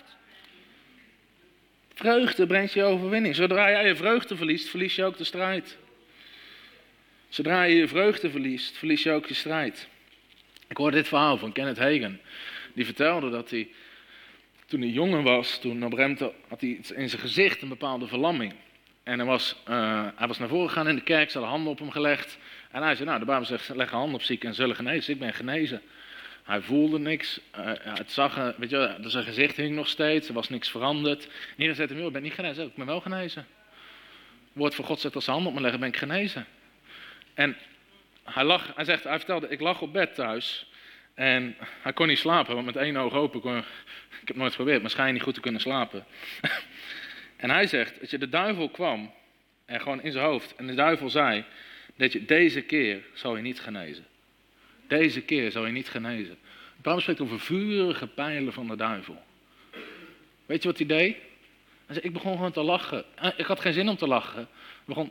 Vreugde brengt je overwinning. Zodra jij je vreugde verliest, verlies je ook de strijd. Zodra je je vreugde verliest, verlies je ook je strijd. Ik hoorde dit verhaal van Kenneth Hagin. Die vertelde dat hij, toen hij jonger was, toen op een gegeven moment had hij in zijn gezicht een bepaalde verlamming. En hij was naar voren gegaan in de kerk, ze hadden handen op hem gelegd. En hij zei, nou, de Bijbel zegt, leg handen op zieken en zullen genezen. Ik ben genezen. Hij voelde niks. Het zag, weet je, zijn gezicht hing nog steeds. Er was niks veranderd. En iedereen zei hem, ik ben niet genezen. Ik ben wel genezen. Het woord van God zegt, als ze handen op me leggen, ben ik genezen. En hij vertelde, ik lag op bed thuis. En hij kon niet slapen, want met één oog open ik heb het nooit geprobeerd, maar schijn niet goed te kunnen slapen. En hij zegt, dat je, de duivel kwam, en gewoon in zijn hoofd, en de duivel zei, dat je deze keer zal je niet genezen. Deze keer zal je niet genezen. De Bijbel spreekt over vurige pijlen van de duivel. Weet je wat hij deed? Hij zei, ik begon gewoon te lachen. Ik had geen zin om te lachen. Ik begon...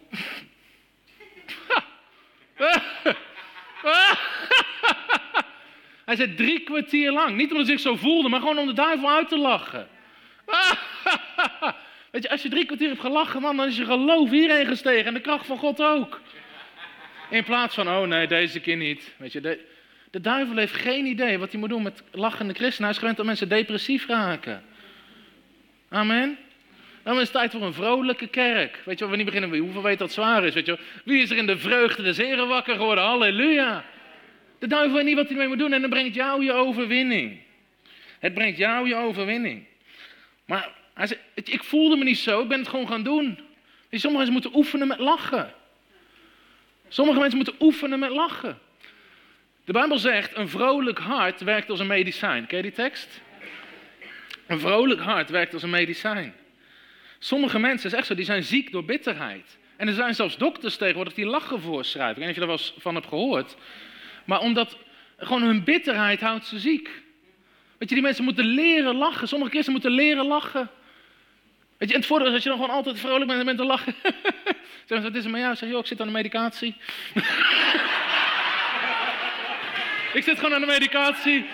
Hij zei 3 kwartier lang. Niet omdat hij zich zo voelde, maar gewoon om de duivel uit te lachen. Weet je, als je 3 kwartier hebt gelachen, man, dan is je geloof hierheen gestegen. En de kracht van God ook. In plaats van, oh nee, deze keer niet. Weet je, de duivel heeft geen idee wat hij moet doen met lachende christenen. Hij is gewend dat mensen depressief raken. Amen. Dan is het tijd voor een vrolijke kerk. Weet je, we niet beginnen, hoeveel weet dat zwaar is? Weet je, wie is er in de vreugde des Heren wakker geworden? Halleluja. De duivel weet niet wat hij ermee moet doen en dan brengt jou je overwinning. Het brengt jou je overwinning. Maar hij zei, ik voelde me niet zo, ik ben het gewoon gaan doen. Sommige mensen moeten oefenen met lachen. Sommige mensen moeten oefenen met lachen. De Bijbel zegt, een vrolijk hart werkt als een medicijn. Ken je die tekst? Een vrolijk hart werkt als een medicijn. Sommige mensen, is echt zo, die zijn ziek door bitterheid. En er zijn zelfs dokters tegenwoordig die lachen voorschrijven. Ik weet niet of je daar wel eens van hebt gehoord. Maar omdat gewoon hun bitterheid houdt ze ziek. Weet je, die mensen moeten leren lachen. Sommige christenen moeten leren lachen. Weet je, en het voordeel is als je dan gewoon altijd vrolijk bent en bent te lachen. Zeg, wat is er met jou? Zeg, joh, ik zit aan de medicatie. Ik zit gewoon aan de medicatie.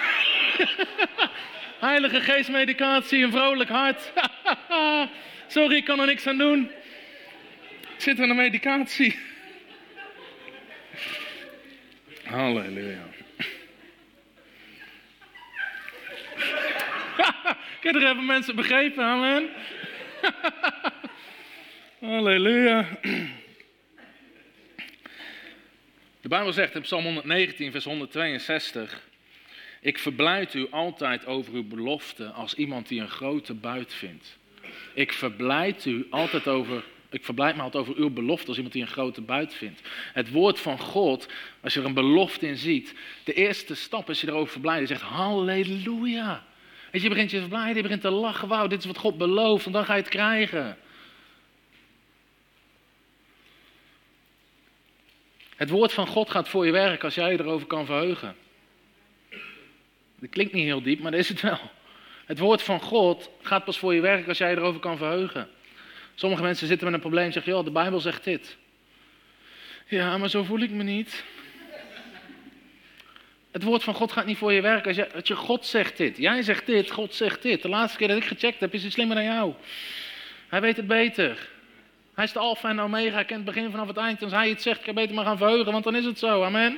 Heilige Geest medicatie, een vrolijk hart. Sorry, ik kan er niks aan doen. Ik zit aan de medicatie. Halleluja. Kijk, er hebben mensen begrepen, amen. Halleluja. De Bijbel zegt in Psalm 119, vers 162... Ik verblijd u altijd over uw belofte als iemand die een grote buit vindt. Ik verblijd me altijd over uw belofte als iemand die een grote buit vindt. Het woord van God, als je er een belofte in ziet, de eerste stap is je erover verblijden. Je zegt halleluja. Weet je begint je te verblijden, je begint te lachen. Wauw, dit is wat God belooft en dan ga je het krijgen. Het woord van God gaat voor je werken als jij je erover kan verheugen. Dat klinkt niet heel diep, maar dat is het wel. Het woord van God gaat pas voor je werken als jij erover kan verheugen. Sommige mensen zitten met een probleem en zeggen, joh, de Bijbel zegt dit. Ja, maar zo voel ik me niet. Het woord van God gaat niet voor je werken als je God zegt dit. Jij zegt dit, God zegt dit. De laatste keer dat ik gecheckt heb, is hij slimmer dan jou. Hij weet het beter. Hij is de alfa en de omega, hij kent het begin vanaf het eind. Als hij iets zegt, kan je beter maar gaan verheugen, want dan is het zo. Amen.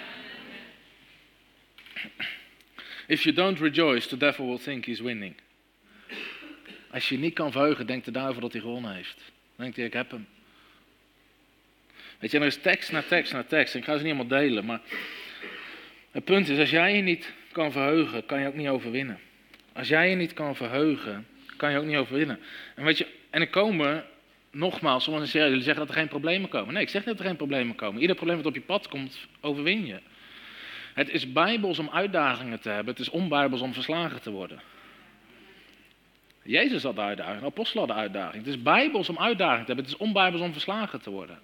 If you don't rejoice, the devil will think he's winning. Als je niet kan verheugen, denkt de duivel dat hij gewonnen heeft. Dan denkt hij, ik heb hem. Weet je, er is tekst na tekst na tekst. En ik ga ze niet allemaal delen, maar het punt is, als jij je niet kan verheugen, kan je ook niet overwinnen. Als jij je niet kan verheugen, kan je ook niet overwinnen. En weet je, en er komen, nogmaals, sommigen zeggen, jullie zeggen dat er geen problemen komen. Nee, ik zeg niet dat er geen problemen komen. Ieder probleem wat op je pad komt, overwin je. Het is bijbels om uitdagingen te hebben, het is onbijbels om verslagen te worden. Jezus had de uitdaging, de apostelen hadden de uitdaging. Het is bijbels om uitdagingen te hebben, het is onbijbels om verslagen te worden.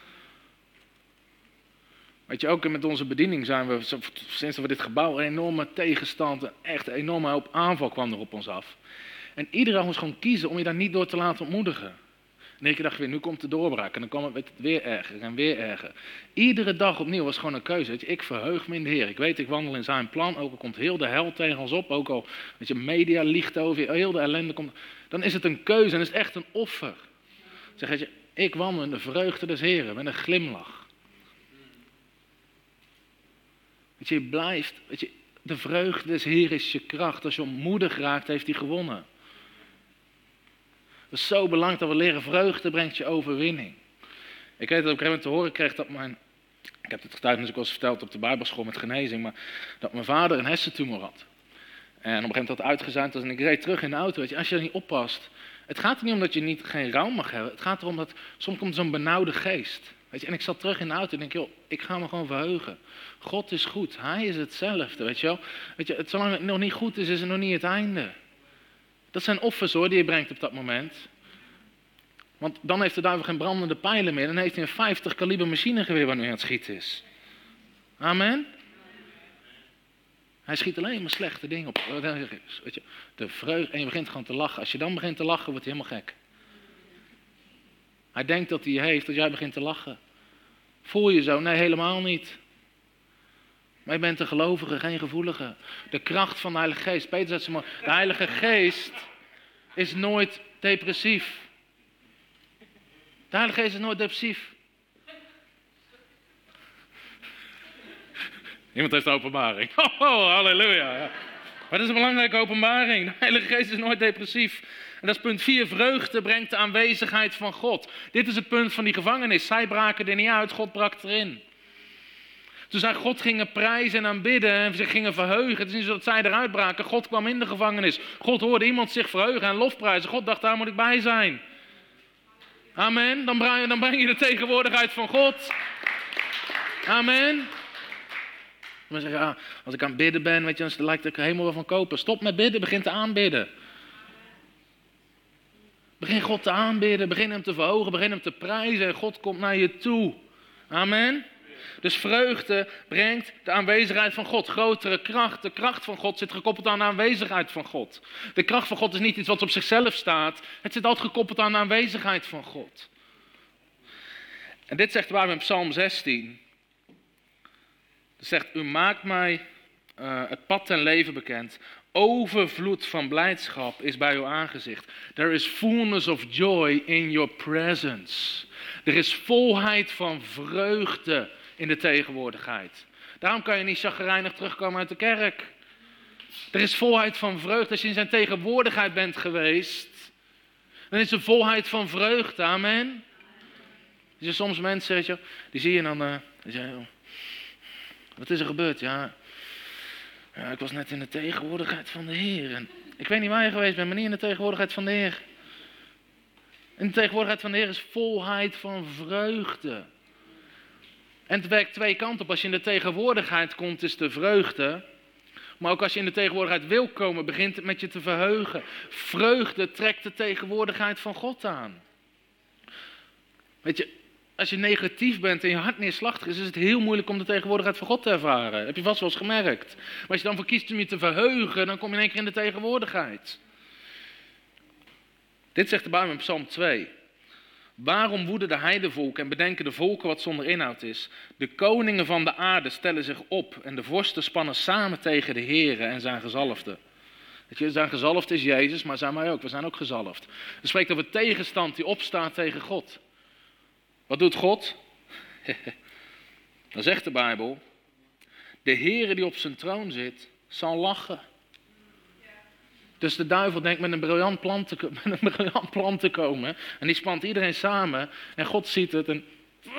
Weet je, ook met onze bediening zijn we, sinds dat we dit gebouw, een enorme tegenstand, echt een enorme hoop aanval kwam er op ons af. En iedereen moest gewoon kiezen om je daar niet door te laten ontmoedigen. En één keer dacht je weer, nu komt de doorbraak. En dan kwam het weer erger en weer erger. Iedere dag opnieuw was gewoon een keuze. Weet je, ik verheug me in de Heer. Ik weet, ik wandel in zijn plan. Ook al komt heel de hel tegen ons op. Ook al, weet je, media liegt over je. Heel de ellende komt. Dan is het een keuze en is het echt een offer. Zeg, weet je, ik wandel in de vreugde des Heren met een glimlach. Weet je blijft. Weet je, de vreugde des Heren is je kracht. Als je ontmoedig raakt, heeft hij gewonnen. Het is zo belangrijk dat we leren, vreugde brengt je overwinning. Ik weet dat ik op een gegeven moment te horen kreeg dat ik heb het getuigenis ook al eens verteld op de Bijbelschool met genezing, maar dat mijn vader een hersentumor had. En op een gegeven moment had het uitgezuimd en ik reed terug in de auto. Weet je, als je er niet oppast, het gaat er niet om dat je geen rouw mag hebben. Het gaat erom dat soms komt zo'n benauwde geest. Weet je, en ik zat terug in de auto en denk, joh, ik ga me gewoon verheugen. God is goed, hij is hetzelfde, weet je wel. Weet je, zolang het nog niet goed is, is het nog niet het einde. Dat zijn offers hoor, die je brengt op dat moment. Want dan heeft de duivel geen brandende pijlen meer. Dan heeft hij een 50 kaliber machinegeweer waar nu aan het schieten is. Amen. Hij schiet alleen maar slechte dingen op. Weet je, de vreugde, en je begint gewoon te lachen. Als je dan begint te lachen, wordt hij helemaal gek. Hij denkt dat hij je heeft als jij begint te lachen. Voel je zo? Nee, helemaal niet. Maar je bent een gelovige, geen gevoelige. De kracht van de Heilige Geest. Peter zegt zo mooi. De Heilige Geest is nooit depressief. De Heilige Geest is nooit depressief. Iemand heeft de openbaring. Oh, halleluja. Ja. Maar dat is een belangrijke openbaring. De Heilige Geest is nooit depressief. En dat is punt 4. Vreugde brengt de aanwezigheid van God. Dit is het punt van die gevangenis. Zij braken er niet uit, God brak erin. Toen zij God gingen prijzen en aanbidden en zich gingen verheugen. Het is niet zo dat zij eruit braken. God kwam in de gevangenis. God hoorde iemand zich verheugen en lofprijzen. God dacht, daar moet ik bij zijn. Amen. Dan breng je de tegenwoordigheid van God. Amen. Maar zeggen, ja, als ik aan het bidden ben, weet je, dan lijkt ik er helemaal wel van kopen. Stop met bidden, begin te aanbidden. Begin God te aanbidden, begin hem te verhogen, begin hem te prijzen en God komt naar je toe. Amen. Dus vreugde brengt de aanwezigheid van God. Grotere kracht. De kracht van God zit gekoppeld aan de aanwezigheid van God. De kracht van God is niet iets wat op zichzelf staat. Het zit altijd gekoppeld aan de aanwezigheid van God. En dit zegt de Bijbel in Psalm 16. Het zegt, u maakt mij het pad ten leven bekend. Overvloed van blijdschap is bij uw aangezicht. There is fullness of joy in your presence. Er is volheid van vreugde in de tegenwoordigheid. Daarom kan je niet chagrijnig terugkomen uit de kerk. Er is volheid van vreugde. Als je in zijn tegenwoordigheid bent geweest, dan is er volheid van vreugde. Amen. Dus soms mensen, weet je, die zie je dan, wat is er gebeurd? Ja, ik was net in de tegenwoordigheid van de Heer. En ik weet niet waar je geweest bent, maar niet in de tegenwoordigheid van de Heer. In de tegenwoordigheid van de Heer is volheid van vreugde. En het werkt twee kanten op. Als je in de tegenwoordigheid komt, is de vreugde. Maar ook als je in de tegenwoordigheid wil komen, begint het met je te verheugen. Vreugde trekt de tegenwoordigheid van God aan. Weet je, als je negatief bent en je hart neerslachtig is het heel moeilijk om de tegenwoordigheid van God te ervaren. Heb je vast wel eens gemerkt. Maar als je dan voor kiest om je te verheugen, dan kom je in één keer in de tegenwoordigheid. Dit zegt de Bijbel in Psalm 2. Waarom woeden de heidevolken en bedenken de volken wat zonder inhoud is? De koningen van de aarde stellen zich op en de vorsten spannen samen tegen de Heere en zijn gezalfde. Weet je, zijn gezalfd is Jezus, maar zijn wij ook. We zijn ook gezalfd. Het spreekt over tegenstand die opstaat tegen God. Wat doet God? Dan zegt de Bijbel, de Heere die op zijn troon zit, zal lachen. Dus de duivel denkt met een briljant plan te komen. En die spant iedereen samen. En God ziet het en...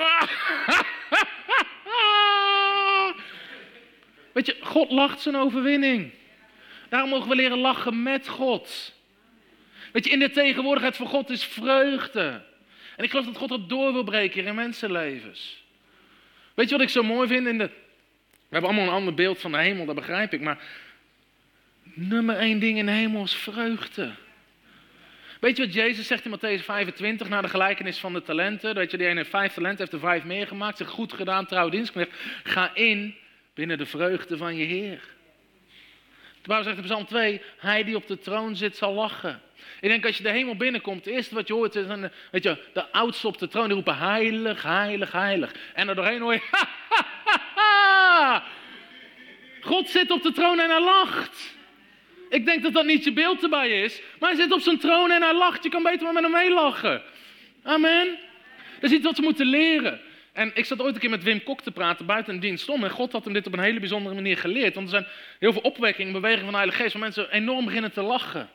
Weet je, God lacht zijn overwinning. Daarom mogen we leren lachen met God. Weet je, in de tegenwoordigheid van God is vreugde. En ik geloof dat God dat door wil breken in mensenlevens. Weet je wat ik zo mooi vind? We hebben allemaal een ander beeld van de hemel, dat begrijp ik. Maar nummer 1 ding in de hemel is vreugde. Weet je wat Jezus zegt in Mattheüs 25, na de gelijkenis van de talenten? Weet je, die ene heeft 5 talenten, heeft er 5 meer gemaakt. Zegt, goed gedaan, trouwe dienstknecht. Ga in binnen de vreugde van je Heer. De Bijbel zegt in Psalm 2, hij die op de troon zit zal lachen. Ik denk als je de hemel binnenkomt, het eerste wat je hoort is, weet je, de oudsten op de troon die roepen heilig, heilig, heilig. En er doorheen hoor je, ha, ha, ha, ha. God zit op de troon en hij lacht. Ik denk dat dat niet je beeld erbij is, maar hij zit op zijn troon en hij lacht. Je kan beter maar met hem meelachen. Amen. Dat is iets wat we moeten leren. En ik zat ooit een keer met Wim Kok te praten buiten een dienst om. En God had hem dit op een hele bijzondere manier geleerd. Want er zijn heel veel opwekkingen, bewegingen van de Heilige Geest, waar mensen enorm beginnen te lachen.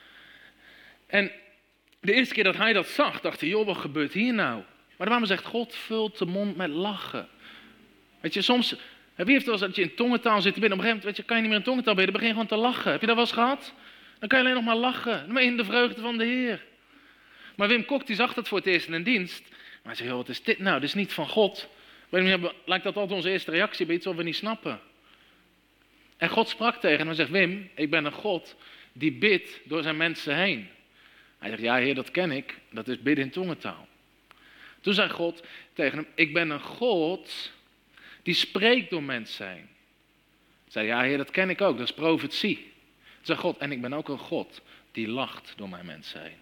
En de eerste keer dat hij dat zag, dacht hij, joh, wat gebeurt hier nou? Maar de Bijbel zegt, God vult de mond met lachen. Weet je, soms, wie heeft wel eens dat je in tongentaal zit te bidden? Op een gegeven moment, weet je, kan je niet meer in tongentaal bidden, begin gewoon te lachen. Heb je dat wel eens gehad? Dan kan je alleen nog maar lachen, maar in de vreugde van de Heer. Maar Wim Kok, die zag dat voor het eerst in een dienst. Maar hij zei, joh, wat is dit nou? Dit is niet van God. Lijkt dat altijd onze eerste reactie bij iets wat we niet snappen. En God sprak tegen hem en zegt, Wim, ik ben een God die bidt door zijn mensen heen. Hij zegt, ja Heer, dat ken ik. Dat is bidden in tongentaal. Toen zei God tegen hem, ik ben een God die spreekt door mensen heen. Hij zei, ja Heer, dat ken ik ook. Dat is profetie. Toen zei God, en ik ben ook een God die lacht door mijn mensen heen.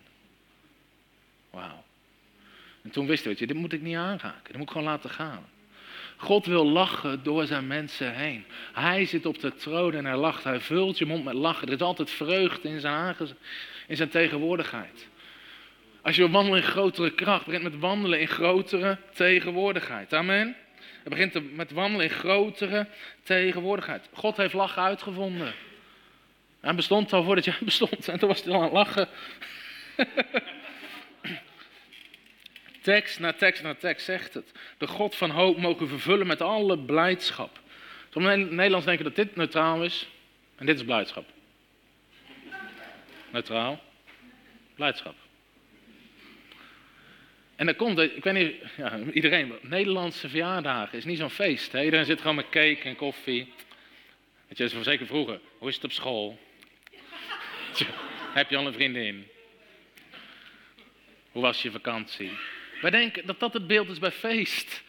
Wauw. En toen wist hij, dit moet ik niet aanraken. Dit moet ik gewoon laten gaan. God wil lachen door zijn mensen heen. Hij zit op de troon en hij lacht. Hij vult je mond met lachen. Er is altijd vreugde in zijn tegenwoordigheid. Als je wil wandelen in grotere kracht, begint met wandelen in grotere tegenwoordigheid. Amen. Het begint met wandelen in grotere tegenwoordigheid. God heeft lachen uitgevonden. Hij bestond al voordat jij bestond. En toen was hij al aan het lachen. Tekst na tekst na tekst zegt het. De God van hoop mogen vervullen met alle blijdschap. Sommigen Nederlands denken dat dit neutraal is. En dit is blijdschap. Neutraal. Blijdschap. En dan komt, ik weet niet, ja, iedereen, Nederlandse verjaardagen is niet zo'n feest. Hè? Iedereen zit gewoon met cake en koffie. Weet je, zeker vroeger, hoe is het op school? Heb je al een vriendin? Hoe was je vakantie? Wij denken dat dat het beeld is bij feest.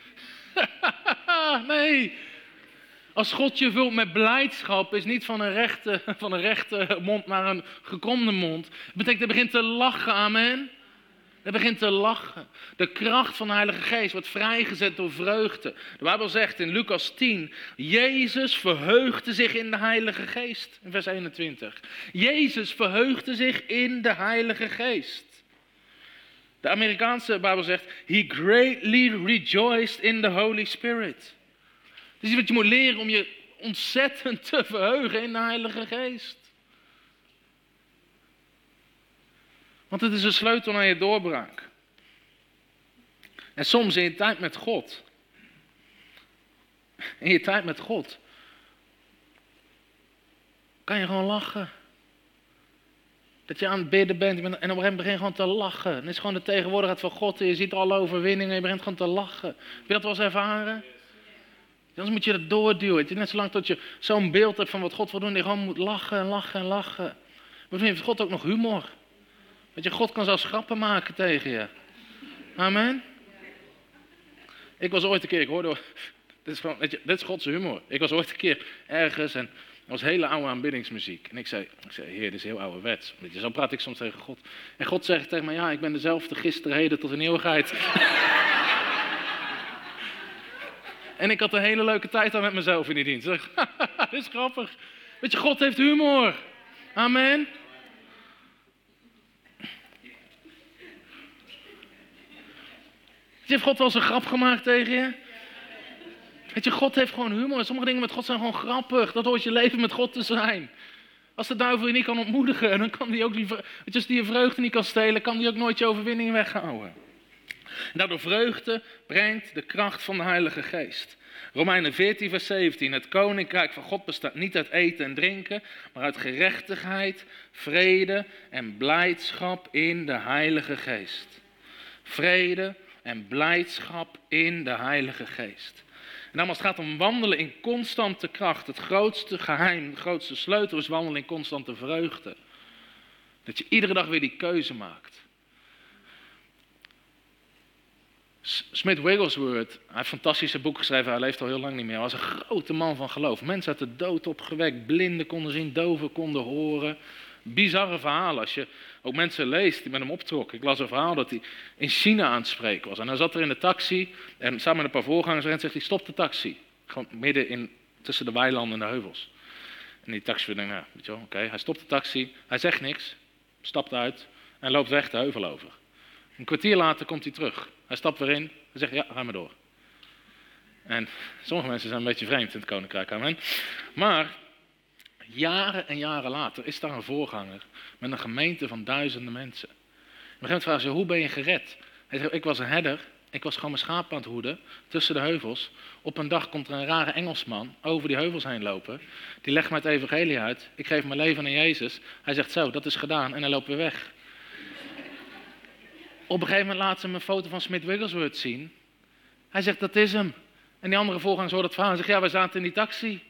Nee. Als God je vult met blijdschap, is niet van een rechte mond naar een gekromde mond. Het betekent dat je begint te lachen, amen. Je begint te lachen. De kracht van de Heilige Geest wordt vrijgezet door vreugde. De Bijbel zegt in Lucas 10, Jezus verheugde zich in de Heilige Geest. In vers 21. Jezus verheugde zich in de Heilige Geest. De Amerikaanse Bijbel zegt, he greatly rejoiced in the Holy Spirit. Dus is wat je moet leren om je ontzettend te verheugen in de Heilige Geest. Want het is een sleutel naar je doorbraak. En soms in je tijd met God. In je tijd met God. Kan je gewoon lachen. Dat je aan het bidden bent en op een gegeven moment begin je gewoon te lachen. Het is gewoon de tegenwoordigheid van God. En je ziet alle overwinningen en je begint gewoon te lachen. Heb je dat wel eens ervaren? Anders moet je dat doorduwen. Het is net zolang tot je zo'n beeld hebt van wat God wil doen. Dat je gewoon moet lachen en lachen en lachen. Maar heeft God ook nog humor. Weet je, God kan zelfs grappen maken tegen je. Amen. Ik was ooit een keer, ik hoorde, dit is gewoon, weet je, dit is Gods humor. Ik was ooit een keer ergens en er was hele oude aanbiddingsmuziek. En ik zei, Heer, dit is heel ouderwets. Weet je, zo praat ik soms tegen God. En God zegt tegen mij, ja, ik ben dezelfde gisteren, heden tot in eeuwigheid. En ik had een hele leuke tijd aan met mezelf in die dienst. Ik zeg, dit is grappig. Weet je, God heeft humor. Amen. Heeft God wel eens een grap gemaakt tegen je? Weet je, God heeft gewoon humor. Sommige dingen met God zijn gewoon grappig. Dat hoort je leven met God te zijn. Als de duivel je niet kan ontmoedigen, dan kan die ook weet je, als die je vreugde niet kan stelen, kan die ook nooit je overwinning weghouden. En daardoor vreugde brengt de kracht van de Heilige Geest. Romeinen 14 vers 17. Het koninkrijk van God bestaat niet uit eten en drinken, maar uit gerechtigheid, vrede en blijdschap in de Heilige Geest. Vrede en blijdschap in de Heilige Geest. En dan als het gaat om wandelen in constante kracht, het grootste geheim, de grootste sleutel is wandelen in constante vreugde. Dat je iedere dag weer die keuze maakt. Smith Wigglesworth, hij heeft een fantastische boek geschreven, hij leeft al heel lang niet meer. Hij was een grote man van geloof. Mensen uit de dood opgewekt, blinden konden zien, doven konden horen. Bizarre verhalen, als je ook mensen leest die met hem optrokken. Ik las een verhaal dat hij in China aan het spreken was. En hij zat er in de taxi en samen met een paar voorgangers en zegt hij, stop de taxi. Gewoon midden tussen de weilanden en de heuvels. En die taxi denkt, nou, weet je wel, oké. Hij stopt de taxi, hij zegt niks, stapt uit en loopt weg de heuvel over. Een kwartier later komt hij terug. Hij stapt weer in en zegt, ja, ga maar door. En sommige mensen zijn een beetje vreemd in het koninkrijk, amen. Maar jaren en jaren later is daar een voorganger met een gemeente van duizenden mensen. Op een gegeven moment vragen ze, hoe ben je gered? Hij zegt, ik was een herder, ik was gewoon mijn schapen aan het hoeden, tussen de heuvels. Op een dag komt er een rare Engelsman over die heuvels heen lopen. Die legt mij het evangelie uit, ik geef mijn leven aan Jezus. Hij zegt, zo, dat is gedaan en hij loopt weer weg. Op een gegeven moment laat ze hem een foto van Smith Wigglesworth zien. Hij zegt, dat is hem. En die andere voorgangers horen het verhaal en zeggen, ja, wij zaten in die taxi.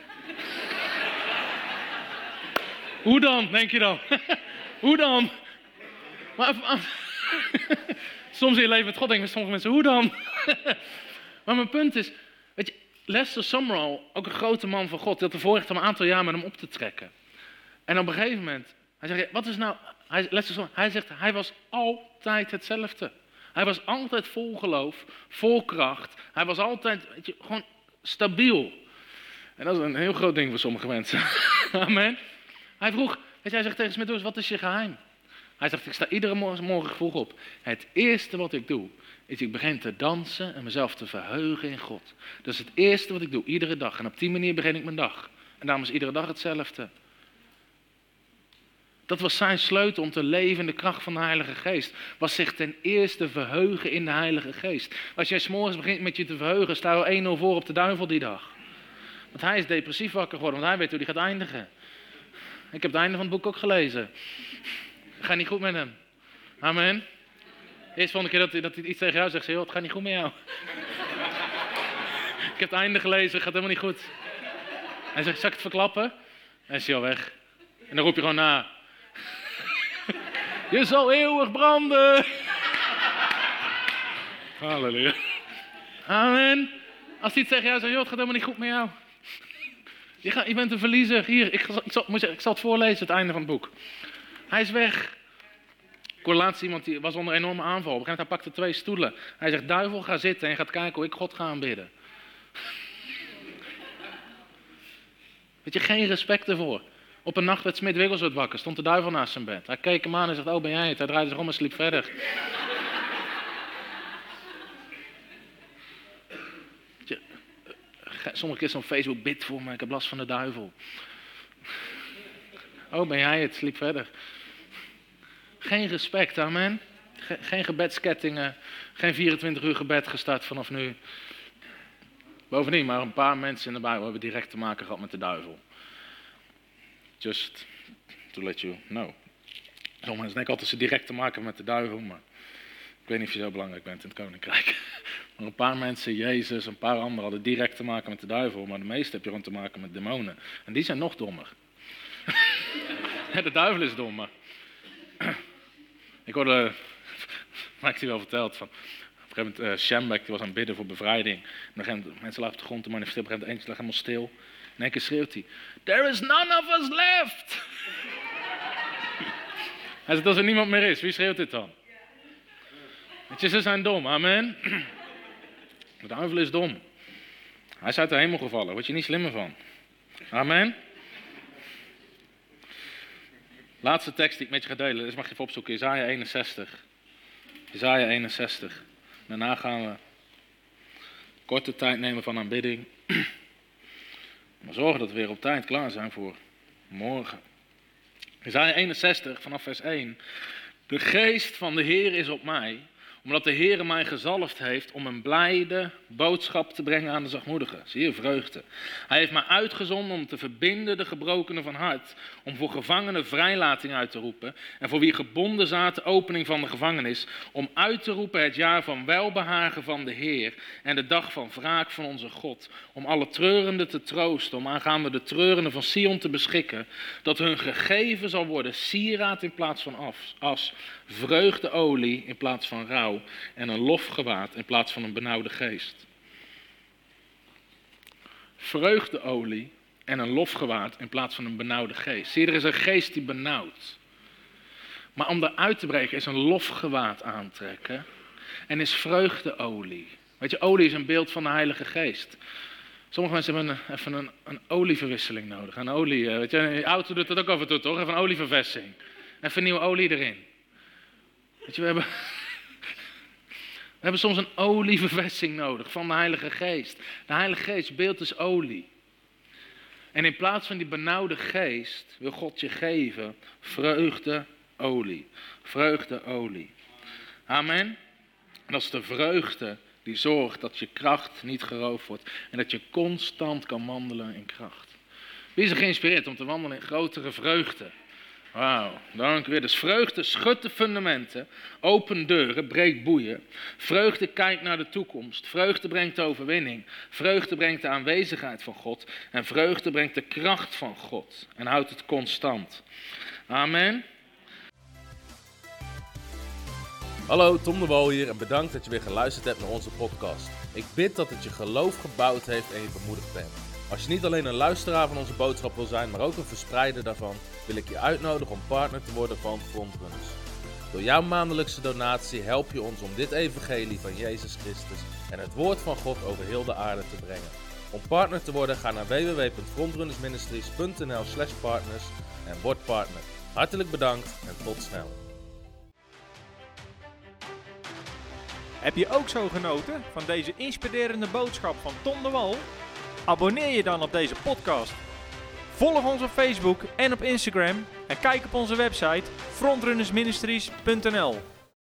Hoe dan, denk je dan? Hoe dan? Maar, soms in je leven met God denken sommige mensen, hoe dan? Maar mijn punt is, weet je, Lester Sumrall, ook een grote man van God, die had de voorrecht om een aantal jaar met hem op te trekken. En op een gegeven moment, hij zegt, wat is nou, hij zegt, hij was altijd hetzelfde. Hij was altijd vol geloof, vol kracht. Hij was altijd, weet je, gewoon stabiel. En dat is een heel groot ding voor sommige mensen. Amen. Hij vroeg, hij zegt tegen Smith, wat is je geheim? Hij zegt, ik sta iedere morgen vroeg op. Het eerste wat ik doe, is ik begin te dansen en mezelf te verheugen in God. Dat is het eerste wat ik doe, iedere dag. En op die manier begin ik mijn dag. En daarom is iedere dag hetzelfde. Dat was zijn sleutel om te leven in de kracht van de Heilige Geest. Was zich ten eerste verheugen in de Heilige Geest. Als jij 's morgens begint met je te verheugen, sta je al 1-0 voor op de duivel die dag. Want hij is depressief wakker geworden, want hij weet hoe die gaat eindigen. Ik heb het einde van het boek ook gelezen. Het gaat niet goed met hem. Amen. Eerst volgende keer dat hij iets tegen jou zegt, zeg je, het gaat niet goed met jou. Ik heb het einde gelezen, het gaat helemaal niet goed. Hij zegt, zal ik het verklappen? En is hij al weg. En dan roep je gewoon na. Je zal eeuwig branden. Halleluja. Amen. Als hij het tegen jou zegt, joh, het gaat helemaal niet goed met jou. Je bent een verliezer. Hier, ik zal het voorlezen, het einde van het boek. Hij is weg. Ik hoorde laatst iemand, die was onder een enorme aanval. Op een gegeven moment, hij pakte 2 stoelen. Hij zegt, duivel, ga zitten en gaat kijken hoe ik God ga aanbidden. Weet je, geen respect ervoor. Op een nacht werd Smith Wigglesworth wakker, stond de duivel naast zijn bed. Hij keek hem aan en zegt, oh ben jij het? Hij draaide zich om en sliep verder. Sommige keer zo'n Facebook, bid voor me, ik heb last van de duivel. Oh, ben jij het? Sliep verder. Geen respect, amen. Geen gebedskettingen, geen 24 uur gebed gestart vanaf nu. Bovendien, maar een paar mensen in de Bijbel hebben direct te maken gehad met de duivel. Just to let you know. Sommige mensen denken altijd dat ze direct te maken hebben met de duivel, maar ik weet niet of je zo belangrijk bent in het koninkrijk. Maar een paar mensen, Jezus, een paar anderen hadden direct te maken met de duivel, maar de meeste heb je gewoon te maken met demonen. En die zijn nog dommer. De duivel is dommer. Ik hoorde, maar ik die wel verteld van, op een gegeven Op een gegeven moment, Schembeck, die was aan het bidden voor bevrijding. En op een gegeven moment, mensen lagen op de grond te manifesteren. Op een gegeven moment, eentje lag helemaal stil. In één keer schreeuwt hij, there is none of us left. Hij zegt, als er niemand meer is, wie schreeuwt dit dan? Weet je, ze zijn dom, amen. De duivel is dom. Hij is uit de hemel gevallen, daar word je niet slimmer van. Amen. Laatste tekst die ik met je ga delen, dus mag je even opzoeken, Jesaja 61. Jesaja 61. Daarna gaan we korte tijd nemen van aanbidding. Maar zorgen dat we weer op tijd klaar zijn voor morgen. Jesaja 61 vanaf vers 1. De geest van de Heer is op mij, omdat de Heer mij gezalfd heeft om een blijde boodschap te brengen aan de zachtmoedigen. Zie je, vreugde. Hij heeft mij uitgezonden om te verbinden de gebrokenen van hart, om voor gevangenen vrijlating uit te roepen en voor wie gebonden zaten opening van de gevangenis, om uit te roepen het jaar van welbehagen van de Heer en de dag van wraak van onze God, om alle treurenden te troosten, om aangaande de treurenden van Sion te beschikken, dat hun gegeven zal worden sieraad in plaats van as, vreugdeolie in plaats van rouw en een lofgewaad in plaats van een benauwde geest. Vreugdeolie en een lofgewaad in plaats van een benauwde geest. Zie je, er is een geest die benauwt. Maar om daaruit te breken is een lofgewaad aantrekken en is vreugdeolie. Weet je, olie is een beeld van de Heilige Geest. Sommige mensen hebben even een olieverwisseling nodig. Een olie, weet je, je auto doet dat ook af en toe toch? Even een olieverversing. Even nieuwe olie erin. Weet je, we hebben soms een olieverversing nodig van de Heilige Geest. De Heilige Geest beeld is olie. En in plaats van die benauwde geest wil God je geven vreugdeolie. Vreugdeolie. Amen. En dat is de vreugde die zorgt dat je kracht niet geroofd wordt. En dat je constant kan wandelen in kracht. Wie is er geïnspireerd om te wandelen in grotere vreugde? Wauw, dank u weer. Dus vreugde schudt de fundamenten, opent deuren, breekt boeien. Vreugde kijkt naar de toekomst. Vreugde brengt de overwinning. Vreugde brengt de aanwezigheid van God. En vreugde brengt de kracht van God. En houdt het constant. Amen.
Hallo, Tom de Wal hier en bedankt dat je weer geluisterd hebt naar onze podcast. Ik bid dat het je geloof gebouwd heeft en je bemoedigd bent. Als je niet alleen een luisteraar van onze boodschap wil zijn, maar ook een verspreider daarvan, wil ik je uitnodigen om partner te worden van Frontrunners. Door jouw maandelijkse donatie help je ons om dit evangelie van Jezus Christus en het woord van God over heel de aarde te brengen. Om partner te worden, ga naar www.frontrunnersministries.nl/partners en word partner. Hartelijk bedankt en tot snel.
Heb je ook zo genoten van deze inspirerende boodschap van Tom de Wal? Abonneer je dan op deze podcast. Volg ons op Facebook en op Instagram en kijk op onze website frontrunnersministries.nl.